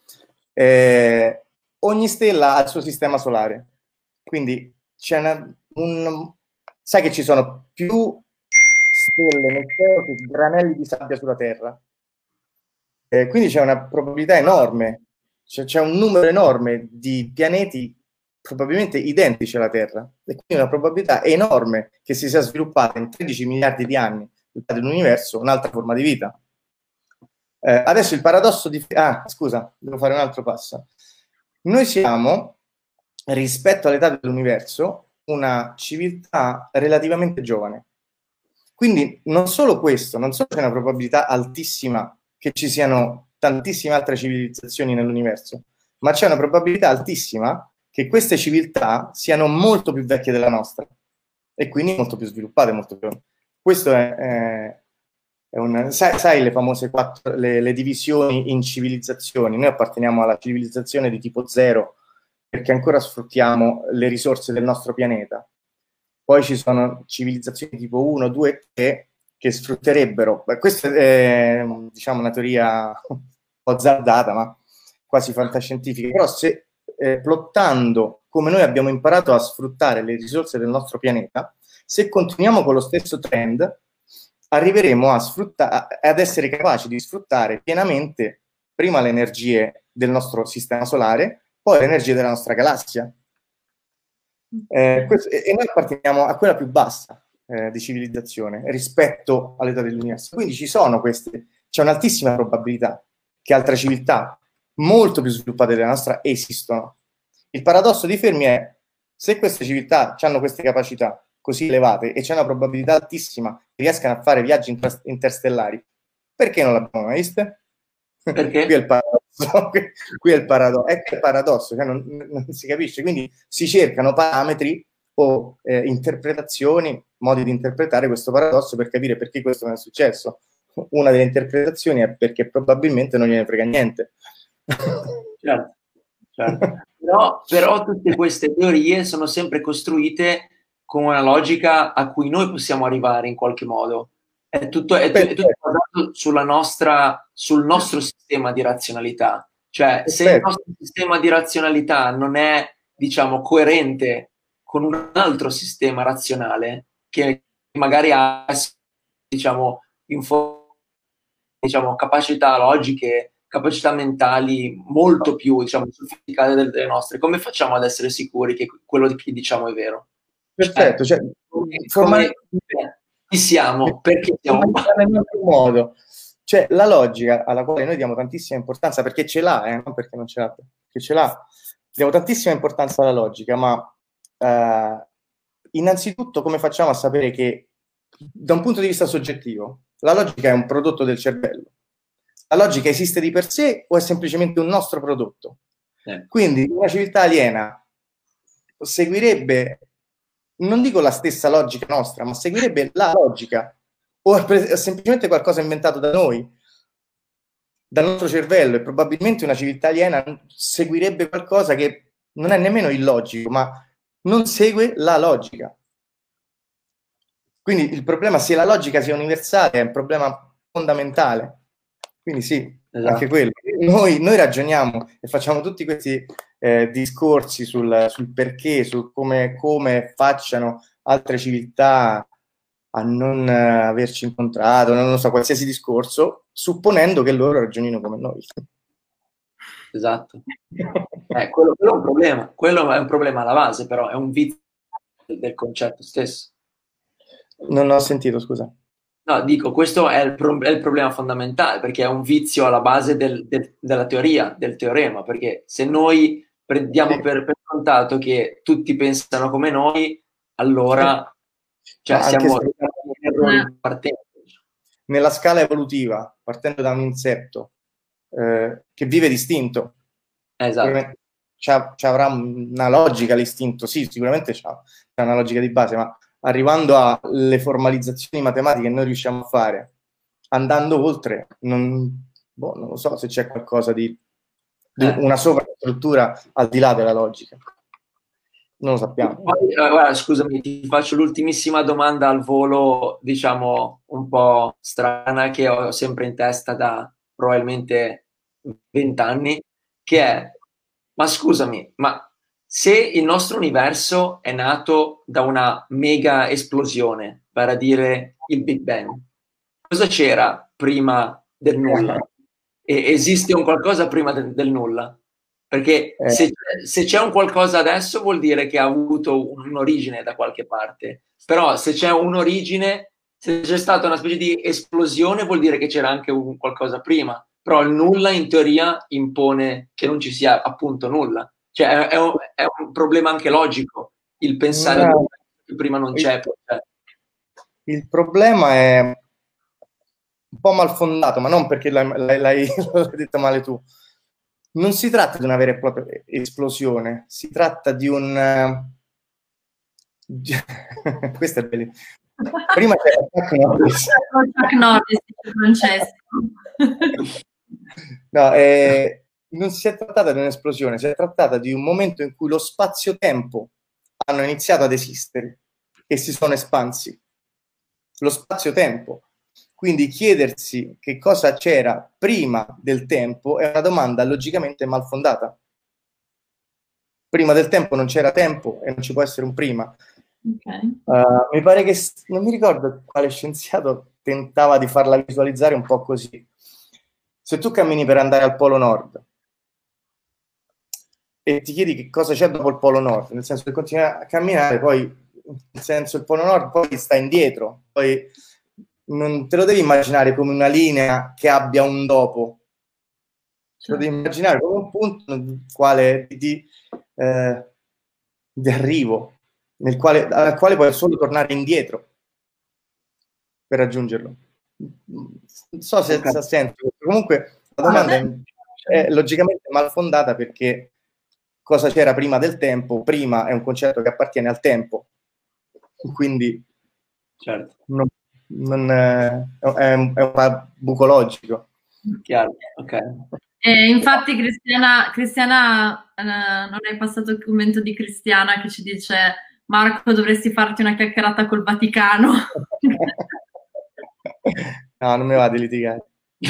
Eh, ogni stella ha il suo sistema solare. Quindi c'è una, un... Sai che ci sono più stelle nel cielo che granelli di sabbia sulla Terra. Eh, quindi c'è una probabilità enorme, c'è, c'è un numero enorme di pianeti probabilmente identici alla Terra, e quindi una probabilità enorme che si sia sviluppata in tredici miliardi di anni dell'universo un'altra forma di vita. Eh, adesso il paradosso di... Ah, scusa, devo fare un altro passo. Noi siamo, rispetto all'età dell'universo, una civiltà relativamente giovane. Quindi non solo questo, non solo c'è una probabilità altissima che ci siano tantissime altre civilizzazioni nell'universo, ma c'è una probabilità altissima che queste civiltà siano molto più vecchie della nostra e quindi molto più sviluppate, molto più... Questo è... è, è un... sai, sai le famose quattro, le, le divisioni in civilizzazioni? Noi apparteniamo alla civilizzazione di tipo zero perché ancora sfruttiamo le risorse del nostro pianeta. Poi ci sono civilizzazioni tipo uno, due e tre che sfrutterebbero, beh, questa è diciamo una teoria un po' azzardata, ma quasi fantascientifica, però se eh, plottando come noi abbiamo imparato a sfruttare le risorse del nostro pianeta, se continuiamo con lo stesso trend, arriveremo a sfruttare, ad essere capaci di sfruttare pienamente prima le energie del nostro sistema solare, poi le energie della nostra galassia. Eh, questo, e noi apparteniamo a quella più bassa eh, di civilizzazione rispetto all'età dell'universo. Quindi ci sono queste, c'è un'altissima probabilità che altre civiltà molto più sviluppate della nostra esistono. Il paradosso di Fermi è: se queste civiltà hanno queste capacità così elevate e c'è una probabilità altissima che riescano a fare viaggi inter- interstellari, perché non l'abbiamo mai viste? Perché? Qui è il paradosso. Qui è il paradosso, ecco il paradosso, cioè non, non si capisce, quindi si cercano parametri o eh, interpretazioni, modi di interpretare questo paradosso per capire perché questo non è successo. Una delle interpretazioni è perché probabilmente non gliene frega niente. Certo, certo. Però, però tutte queste teorie sono sempre costruite con una logica a cui noi possiamo arrivare in qualche modo. È tutto, è, è tutto basato sulla nostra, sul nostro sistema di razionalità. Cioè, se il nostro sistema di razionalità non è, diciamo, coerente con un altro sistema razionale, che magari ha, diciamo, info, diciamo capacità logiche, capacità mentali molto più, diciamo, sofisticate delle nostre, come facciamo ad essere sicuri che quello che diciamo è vero? Perfetto, cioè, come, come, chi siamo? Perché siamo in altro modo. Cioè, la logica alla quale noi diamo tantissima importanza, perché ce l'ha, eh, non perché non ce l'ha, perché ce l'ha, diamo tantissima importanza alla logica, ma eh, innanzitutto come facciamo a sapere che, da un punto di vista soggettivo, la logica è un prodotto del cervello? La logica esiste di per sé o è semplicemente un nostro prodotto? Eh. Quindi una civiltà aliena seguirebbe, non dico la stessa logica nostra, ma seguirebbe la logica, o è, pre- è semplicemente qualcosa inventato da noi, dal nostro cervello, e probabilmente una civiltà aliena seguirebbe qualcosa che non è nemmeno illogico, ma non segue la logica. Quindi il problema, se la logica sia universale, è un problema fondamentale. Quindi sì, Esatto. anche quello. Noi, noi ragioniamo e facciamo tutti questi eh, discorsi sul, sul perché, su come, come facciano altre civiltà a non eh, averci incontrato, non lo so, qualsiasi discorso, supponendo che loro ragionino come noi. Esatto. Eh, quello, quello è un problema, quello è un problema alla base, però è un vizio del concetto stesso. Non ho sentito, scusa. No, dico, questo è il, pro- è il problema fondamentale, perché è un vizio alla base del- del- della teoria, del teorema, perché se noi prendiamo Sì. per, per scontato che tutti pensano come noi, allora cioè, No, anche siamo se- in errore in partenza. Nella scala evolutiva, partendo da un insetto eh, che vive distinto, Esatto. c'ha, c'ha avrà una logica l'istinto, sì, sicuramente c'ha, c'ha una logica di base, ma arrivando alle formalizzazioni matematiche che noi riusciamo a fare, andando oltre, non, boh, non lo so se c'è qualcosa di, di Eh. una sovrastruttura al di là della logica. Non lo sappiamo. Poi, eh, guarda, scusami, ti faccio l'ultimissima domanda al volo, diciamo, un po' strana, che ho sempre in testa da probabilmente vent'anni, che è, ma scusami, ma se il nostro universo è nato da una mega esplosione, vale a dire il Big Bang, cosa c'era prima del nulla? E esiste un qualcosa prima de- del nulla? Perché Eh. se, se c'è un qualcosa adesso vuol dire che ha avuto un'origine da qualche parte, però se c'è un'origine, se c'è stata una specie di esplosione vuol dire che c'era anche un qualcosa prima, però il nulla in teoria impone che non ci sia appunto nulla, cioè è, è, un, è un problema anche logico il pensare No. che prima non c'è. Cioè. Il problema è un po' malfondato, ma non perché l'hai, l'hai, l'hai detto male tu. Non si tratta di una vera e propria esplosione, si tratta di un... Questo è bellissimo. Prima c'era Chuck Norris. Chuck Norris, Francesco. No, eh, non si è trattata di un'esplosione, si è trattata di un momento in cui lo spazio-tempo hanno iniziato ad esistere e si sono espansi. Lo spazio-tempo. Quindi chiedersi che cosa c'era prima del tempo è una domanda logicamente malfondata. Prima del tempo non c'era tempo e non ci può essere un prima. Okay. Uh, mi pare che, non mi ricordo quale scienziato tentava di farla visualizzare un po' così. Se tu cammini per andare al Polo Nord e ti chiedi che cosa c'è dopo il Polo Nord, nel senso che continui a camminare, poi nel senso il Polo Nord poi sta indietro, poi non te lo devi immaginare come una linea che abbia un dopo, te lo devi immaginare come un punto nel quale di, eh, di arrivo, nel quale, al quale puoi solo tornare indietro per raggiungerlo. Non so se Okay. ha senso. Comunque la domanda è, è logicamente malfondata, perché cosa c'era prima del tempo? Prima è un concetto che appartiene al tempo, quindi Certo. non, non è, è, un, è un buco logico. Chiaro, ok. E infatti Cristiana, Cristiana eh, non hai passato il commento di Cristiana che ci dice: Marco, dovresti farti una chiacchierata col Vaticano. No, non mi va di litigare.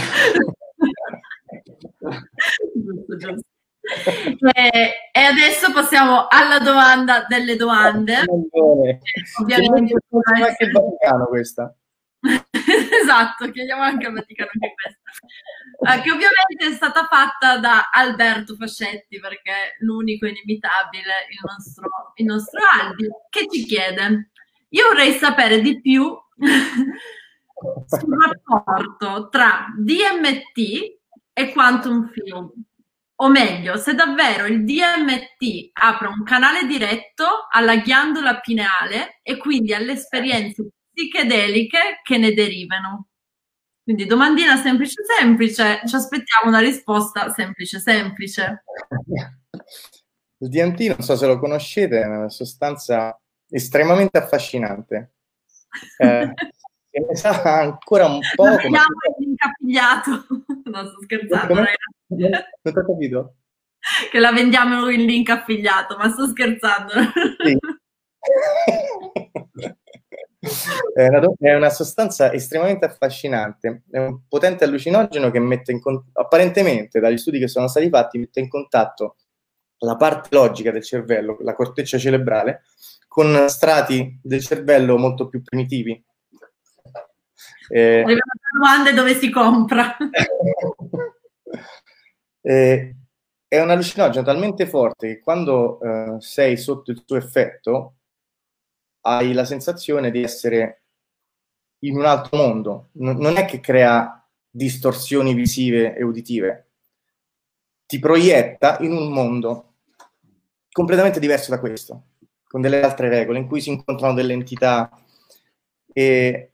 Giusto, giusto. E, e adesso passiamo alla domanda delle domande. Ovviamente anche il Vaticano questa. Esatto, chiediamo anche al Vaticano anche questa, eh, che ovviamente è stata fatta da Alberto Fascetti, perché è l'unico inimitabile, il nostro, il nostro Albi, che ci chiede: io vorrei sapere di più sul rapporto tra D M T e Quantum Field, o meglio, se davvero il D M T apre un canale diretto alla ghiandola pineale e quindi alle esperienze psichedeliche che ne derivano. Quindi domandina semplice semplice, ci aspettiamo una risposta semplice semplice. Il D M T, non so se lo conoscete, è una sostanza estremamente affascinante. Eh, che ne sa ancora un po'. Lo Come... vediamo in link affiliato. No, sto scherzando, Come? ragazzi. Non ti ho capito? Che la vendiamo in link affiliato, ma sto scherzando. Sì. È una, è una sostanza estremamente affascinante, è un potente allucinogeno che mette in contatto, apparentemente dagli studi che sono stati fatti, mette in contatto la parte logica del cervello, la corteccia cerebrale, con strati del cervello molto più primitivi. Eh, Arrivano domande dove si compra. eh, è un allucinogeno talmente forte che quando eh, sei sotto il suo effetto hai la sensazione di essere in un altro mondo. N- non è che crea distorsioni visive e uditive, ti proietta in un mondo completamente diverso da questo, con delle altre regole, in cui si incontrano delle entità. E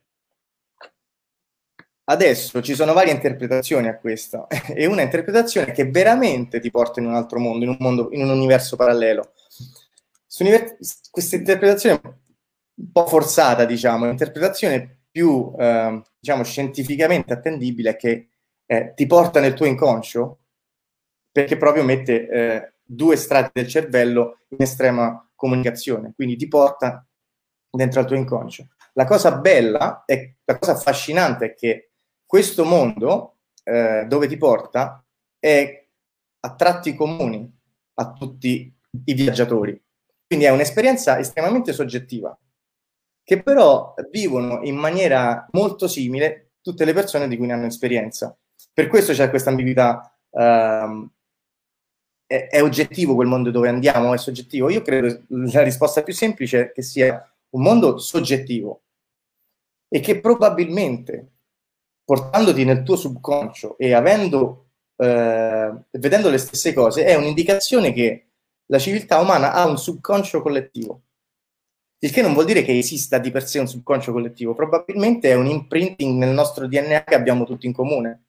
adesso ci sono varie interpretazioni a questo, e una interpretazione che veramente ti porta in un altro mondo, in un mondo, in un universo parallelo. Questa interpretazione un po' forzata, diciamo, l'interpretazione più eh, diciamo scientificamente attendibile è che eh, ti porta nel tuo inconscio, perché proprio mette eh, due strati del cervello in estrema comunicazione, quindi ti porta dentro al tuo inconscio. La cosa bella, è, la cosa affascinante è che questo mondo eh, dove ti porta è a tratti comuni a tutti i viaggiatori. Quindi è un'esperienza estremamente soggettiva, che però vivono in maniera molto simile tutte le persone di cui ne hanno esperienza. Per questo c'è questa ambiguità. Ehm, è, è oggettivo quel mondo dove andiamo? È soggettivo? Io credo la risposta più semplice è che sia un mondo soggettivo e che probabilmente, portandoti nel tuo subconscio e avendo, eh, vedendo le stesse cose, è un'indicazione che la civiltà umana ha un subconscio collettivo. Il che non vuol dire che esista di per sé un subconscio collettivo, probabilmente è un imprinting nel nostro D N A che abbiamo tutti in comune,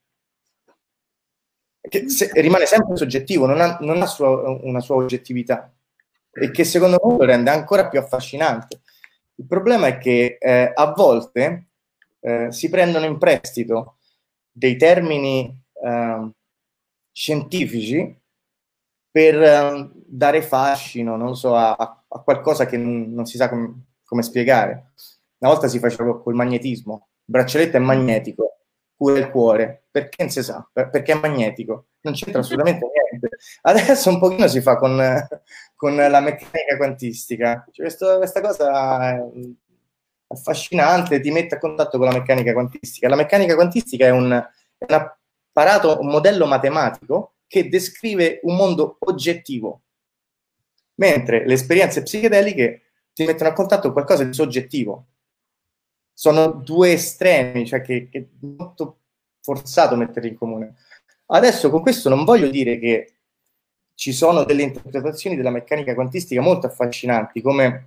che se, rimane sempre soggettivo, non ha, non ha sua, una sua oggettività, e che secondo me lo rende ancora più affascinante. Il problema è che eh, a volte eh, si prendono in prestito dei termini eh, scientifici per eh, dare fascino, non so, a, a qualcosa che non, non si sa com- come spiegare. Una volta si faceva col magnetismo, il braccialetto è magnetico, cura il cuore, perché non si sa? Per- perché è magnetico, non c'entra assolutamente niente. Adesso un pochino si fa con, con la meccanica quantistica, cioè, questo, questa cosa è affascinante, ti mette a contatto con la meccanica quantistica. La meccanica quantistica è un, è un apparato, un modello matematico che descrive un mondo oggettivo, mentre le esperienze psichedeliche ti mettono a contatto con qualcosa di soggettivo. Sono due estremi, cioè che, che è molto forzato metterli in comune. Adesso con questo non voglio dire che ci sono delle interpretazioni della meccanica quantistica molto affascinanti, come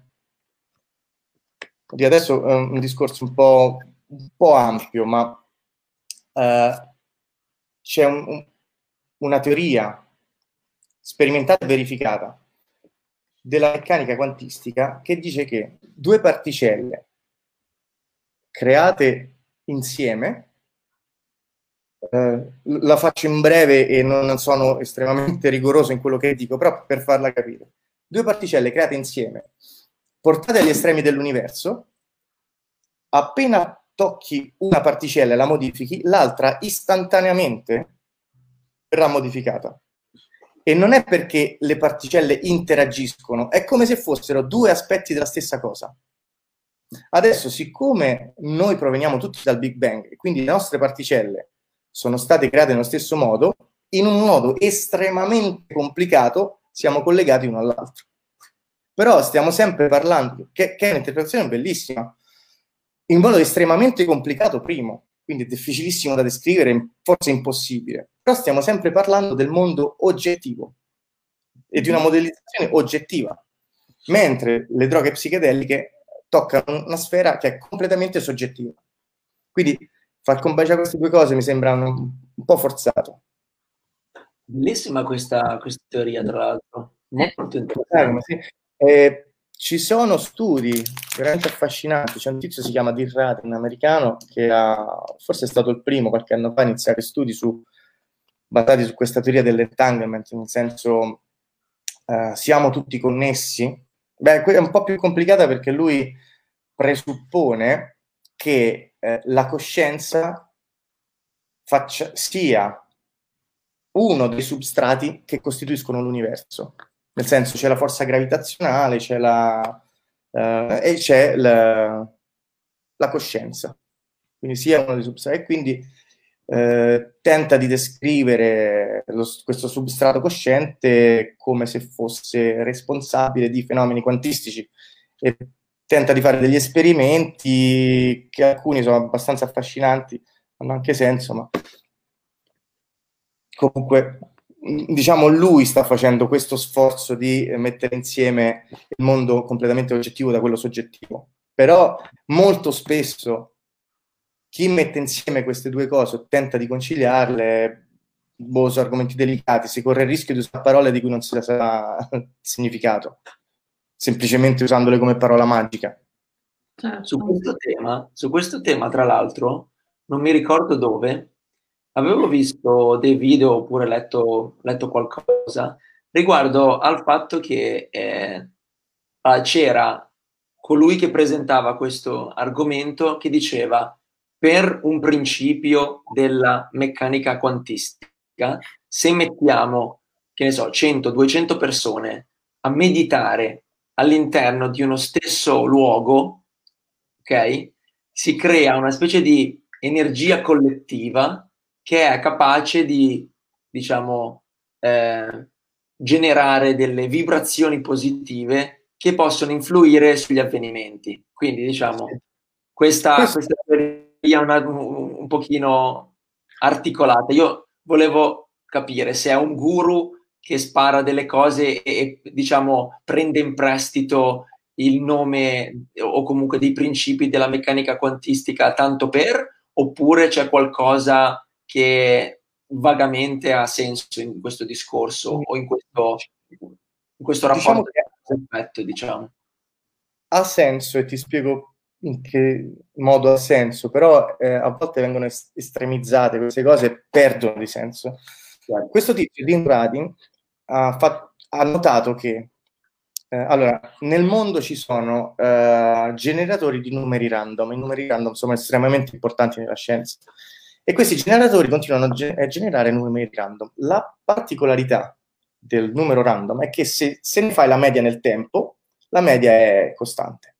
di adesso è un discorso un po', un po' ampio, ma eh, c'è un, un, una teoria sperimentata e verificata della meccanica quantistica che dice che due particelle create insieme, eh, la faccio in breve e non sono estremamente rigoroso in quello che dico, però per farla capire, due particelle create insieme, portate agli estremi dell'universo, appena tocchi una particella e la modifichi, l'altra istantaneamente verrà modificata. E non è perché le particelle interagiscono, è come se fossero due aspetti della stessa cosa. Adesso, siccome noi proveniamo tutti dal Big Bang e quindi le nostre particelle sono state create nello stesso modo, in un modo estremamente complicato siamo collegati uno all'altro. Però stiamo sempre parlando, che, che è un'interpretazione bellissima, in modo estremamente complicato primo, quindi è difficilissimo da descrivere, forse impossibile, però stiamo sempre parlando del mondo oggettivo e di una modellizzazione oggettiva, mentre le droghe psichedeliche toccano una sfera che è completamente soggettiva. Quindi far combaciare queste due cose mi sembra un, un po' forzato. Bellissima questa, questa teoria, tra l'altro, molto interessante. Eh, eh, ci sono studi veramente affascinanti. C'è un tizio che si chiama Dirrat, un americano, che ha, forse è stato il primo qualche anno fa a iniziare studi su, basati su questa teoria dell'entanglement, nel senso eh, siamo tutti connessi. Beh, è un po' più complicata perché lui presuppone che eh, la coscienza faccia, sia uno dei substrati che costituiscono l'universo. Nel senso, c'è la forza gravitazionale, c'è la, eh, e c'è la, la coscienza. Quindi sia uno dei substrati. E quindi eh, tenta di descrivere lo, questo substrato cosciente come se fosse responsabile di fenomeni quantistici. E tenta di fare degli esperimenti che alcuni sono abbastanza affascinanti, hanno anche senso, ma comunque, diciamo, lui sta facendo questo sforzo di mettere insieme il mondo completamente oggettivo da quello soggettivo. Però molto spesso chi mette insieme queste due cose o tenta di conciliarle, boh, su argomenti delicati, si corre il rischio di usare parole di cui non si sa il significato, semplicemente usandole come parola magica. Certo. Su questo tema, su questo tema, tra l'altro, non mi ricordo dove, avevo visto dei video oppure letto, letto qualcosa riguardo al fatto che eh, c'era colui che presentava questo argomento che diceva: per un principio della meccanica quantistica, se mettiamo, che ne so, cento duecento persone a meditare all'interno di uno stesso luogo, ok? Si crea una specie di energia collettiva che è capace di, diciamo, eh, generare delle vibrazioni positive che possono influire sugli avvenimenti. Quindi, diciamo, questa, questa teoria è una, un, un pochino articolata. Io volevo capire se è un guru che spara delle cose e, e diciamo, prende in prestito il nome o comunque dei principi della meccanica quantistica tanto per, oppure c'è qualcosa che vagamente ha senso in questo discorso o in questo, in questo rapporto, diciamo che diciamo. Ha senso, e ti spiego in che modo ha senso, però eh, a volte vengono est- estremizzate queste cose e perdono di senso. Right. Questo tizio di Radin ha, fatto, ha notato che eh, allora, nel mondo ci sono eh, generatori di numeri random. I numeri random sono estremamente importanti nella scienza e questi generatori continuano a, ge- a generare numeri random. La particolarità del numero random è che se, se ne fai la media nel tempo, la media è costante,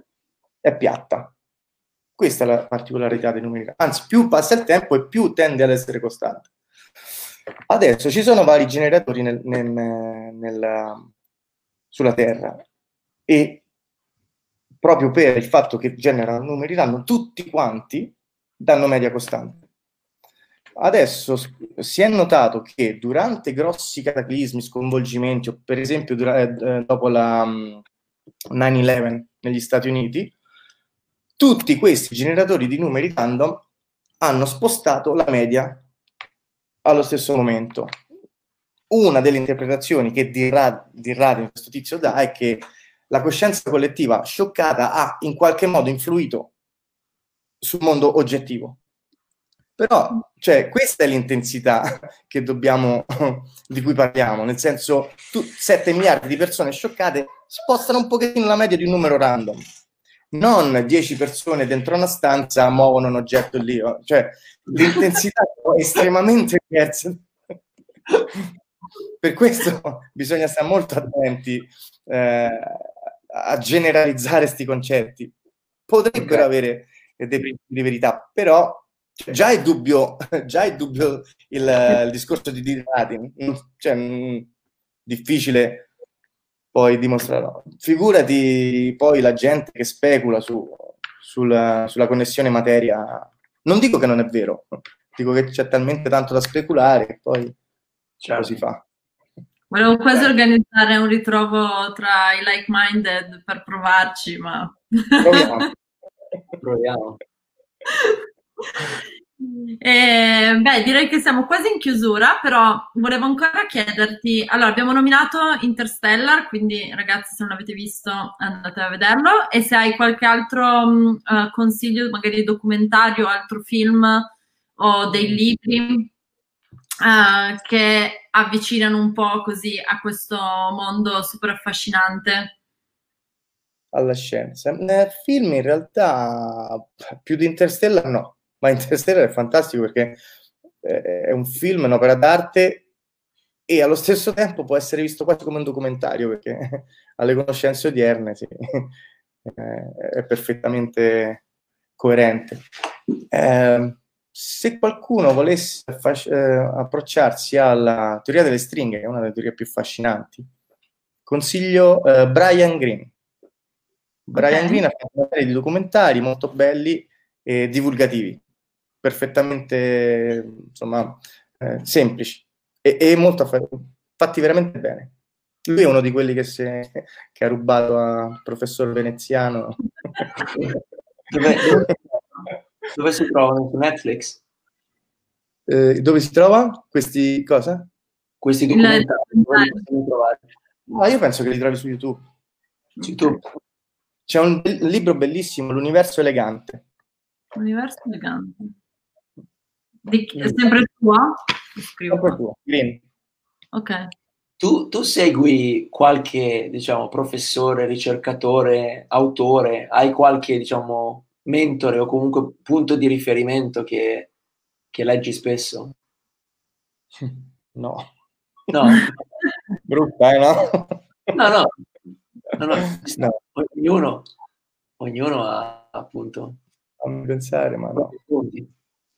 è piatta. Questa è la particolarità dei numeri random. Anzi, più passa il tempo e più tende ad essere costante. Adesso ci sono vari generatori nel, nel, nel sulla Terra e proprio per il fatto che generano numeri random, tutti quanti danno media costante. Adesso si è notato che durante grossi cataclismi, sconvolgimenti, o per esempio eh, dopo la um, nine eleven negli Stati Uniti, tutti questi generatori di numeri random hanno spostato la media allo stesso momento. Una delle interpretazioni che dirà, dirà in questo tizio dà è che la coscienza collettiva scioccata ha in qualche modo influito sul mondo oggettivo. Però, cioè, questa è l'intensità che dobbiamo, di cui parliamo, nel senso, tu, sette miliardi di persone scioccate spostano un pochettino la media di un numero random. Non dieci persone dentro una stanza muovono un oggetto lì, cioè l'intensità è estremamente diversa. Per questo bisogna stare molto attenti eh, a generalizzare questi concetti. Potrebbero okay. avere dei principi di verità, però cioè, già è dubbio, già è dubbio il, il discorso di Dirati, cioè mh, difficile poi dimostrarlo. Figurati poi la gente che specula su, sulla, sulla connessione materia. Non dico che non è vero, dico che c'è talmente tanto da speculare che poi certo. si fa. Volevo quasi Beh. organizzare un ritrovo tra i like-minded per provarci, ma... Proviamo. Proviamo. Eh, beh, direi che siamo quasi in chiusura, però volevo ancora chiederti, allora abbiamo nominato Interstellar, quindi ragazzi se non l'avete visto andate a vederlo, e se hai qualche altro mh, eh, consiglio, magari documentario, altro film o dei libri eh, che avvicinano un po' così a questo mondo super affascinante. Alla scienza. Nel film in realtà più di Interstellar no, ma Interstellar è fantastico perché è un film, un'opera d'arte e allo stesso tempo può essere visto quasi come un documentario perché alle conoscenze odierne sì, è perfettamente coerente. Eh, se qualcuno volesse eh, approcciarsi alla teoria delle stringhe, che è una delle teorie più affascinanti, consiglio eh, Brian Greene. Brian Okay. Greene ha fatto una serie di documentari molto belli e divulgativi, perfettamente insomma, eh, semplici e, e molto fatti veramente bene. Lui è uno di quelli che, si è, che ha rubato al professor veneziano. Dove, dove, dove si trovano? Su Netflix? Eh, dove si trova? Questi cosa? Questi documentari, dove li possiamo trovare? Ah, io penso che li trovi su YouTube. Su YouTube. C'è un, un libro bellissimo, L'universo elegante. L'universo elegante. Di chi? È sempre tuo? Sempre tuo, Green. Ok. Tu, tu segui qualche, diciamo, professore, ricercatore, autore? Hai qualche, diciamo, mentore o comunque punto di riferimento che, che leggi spesso? No. No? Brutta, eh, no? No, no. no, no. No. Ognuno, ognuno ha appunto... Fammi pensare, ma no. Punti.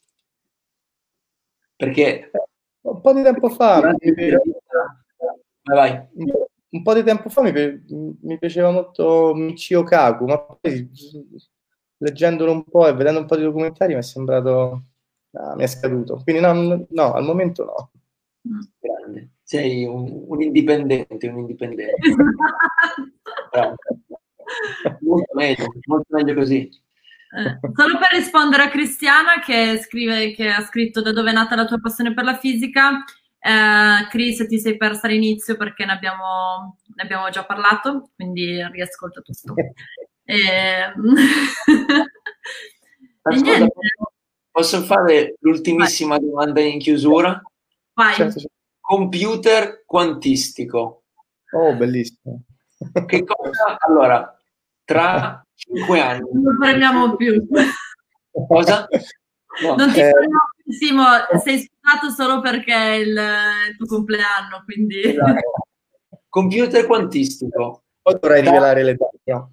Perché... Un po' di tempo fa... Mi piaceva... Vai, vai. Un po' di tempo fa mi, mi piaceva molto Michio Kaku, ma poi leggendolo un po' e vedendo un po' di documentari mi è sembrato... Ah, mi è scaduto. Quindi no, no, al momento no. Grande. Sei un, un indipendente, un indipendente. Bravo. Molto meglio, molto meglio così. Eh, solo per rispondere a Cristiana che scrive che ha scritto da dove è nata la tua passione per la fisica. Eh, Chris, ti sei persa all'inizio perché ne abbiamo, ne abbiamo già parlato, quindi riascolta tutto. E... e Ascolta, posso fare l'ultimissima Vai. domanda in chiusura? Vai. Certo, certo. Computer quantistico. Oh, bellissimo. Che cosa? Allora, tra cinque anni... Non lo premiamo più. Cosa? No. Non ti Eh, premiamo più, Simo, sei scusato solo perché è il, il tuo compleanno, quindi... Esatto. Computer quantistico. Poi dovrei rivelare le date.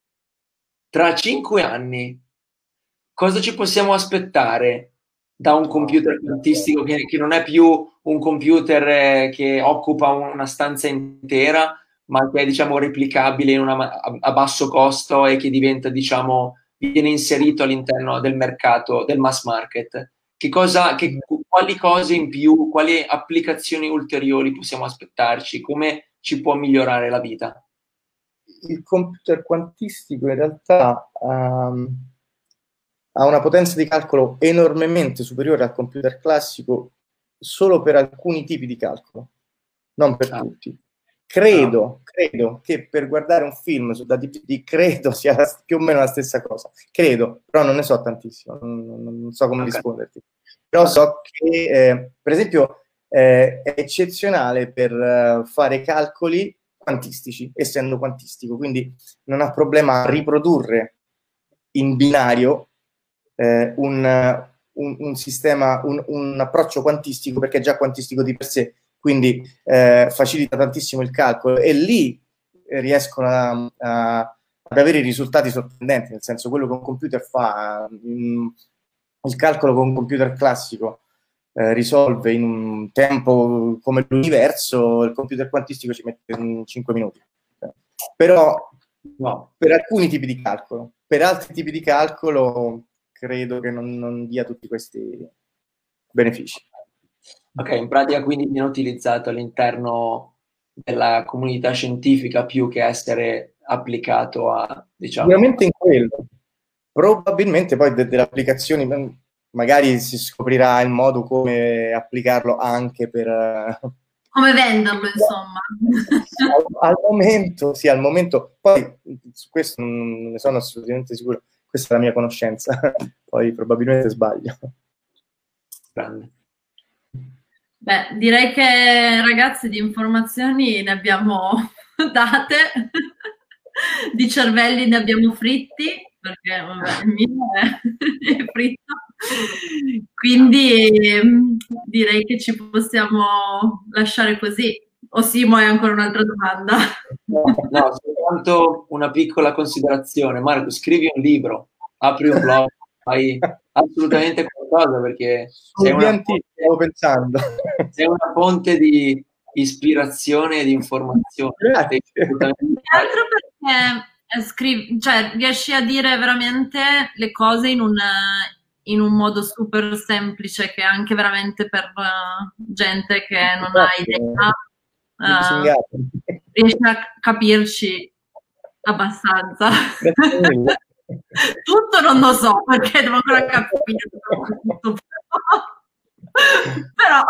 Tra cinque anni, cosa ci possiamo aspettare da un computer quantistico che, che non è più un computer che occupa una stanza intera, ma che è, diciamo, replicabile in una, a basso costo e che diventa, diciamo, viene inserito all'interno del mercato, del mass market? Che cosa, che, quali cose in più, quali applicazioni ulteriori possiamo aspettarci? Come ci può migliorare la vita? Il computer quantistico in realtà um, ha una potenza di calcolo enormemente superiore al computer classico solo per alcuni tipi di calcolo, non per ah. tutti. Credo, ah. credo che per guardare un film su da D V D credo sia più o meno la stessa cosa. Credo, però non ne so tantissimo, non, non so come okay. risponderti. Però so che, eh, per esempio, eh, è eccezionale per uh, fare calcoli quantistici, essendo quantistico, quindi non ha problema a riprodurre in binario eh, un, un, un sistema, un, un approccio quantistico, perché è già quantistico di per sé, quindi eh, facilita tantissimo il calcolo e lì riescono a, a, ad avere i risultati sorprendenti, nel senso quello che un computer fa, mh, il calcolo con un computer classico eh, risolve in un tempo come l'universo, il computer quantistico ci mette in cinque minuti. Però no, per alcuni tipi di calcolo, per altri tipi di calcolo credo che non, non dia tutti questi benefici. Ok, in pratica quindi viene utilizzato all'interno della comunità scientifica più che essere applicato a, diciamo... Sicuramente in quello. Probabilmente poi de- delle applicazioni magari si scoprirà il modo come applicarlo anche per... Come venderlo, insomma. Al, al momento, sì, al momento, poi su questo non ne sono assolutamente sicuro, questa è la mia conoscenza, poi probabilmente sbaglio. Grande. Beh, direi che ragazzi di informazioni ne abbiamo date, di cervelli ne abbiamo fritti, perché vabbè, il mio è, è fritto, quindi direi che ci possiamo lasciare così. O Simo, hai ancora un'altra domanda? No, no, soltanto una piccola considerazione. Marco, scrivi un libro, apri un blog, fai assolutamente qualcosa, perché sei una, fonte, stavo pensando. sei una fonte di ispirazione e di informazione. Grazie. Altro perché scrivi, cioè, riesci a dire veramente le cose in un, in un modo super semplice, che anche veramente per uh, gente che non ha idea uh, riesci a capirci abbastanza. Tutto non lo so, perché devo ancora capire tutto, però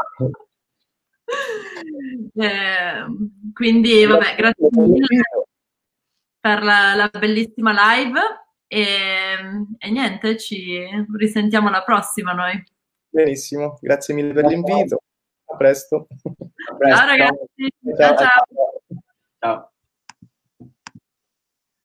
eh, quindi vabbè, grazie mille per la, la bellissima live e, e niente, ci risentiamo alla prossima noi. Benissimo, grazie mille per l'invito, a presto. Ciao ragazzi, ciao ciao. Ciao.